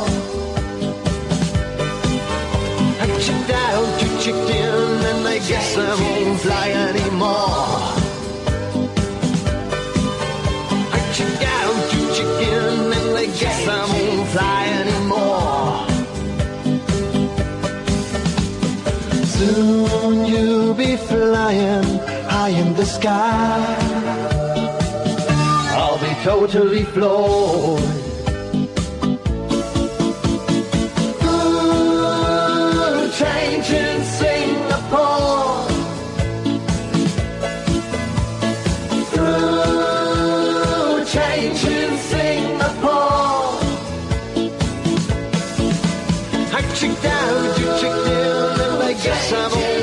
I checked out, you checked in, and I guess I won't fly anymore. I checked out, you checked in, and I guess I won't fly anymore. Soon you'll be flying high in the sky. I'll be totally floored. chicked out, you chicked in, and I guess I'm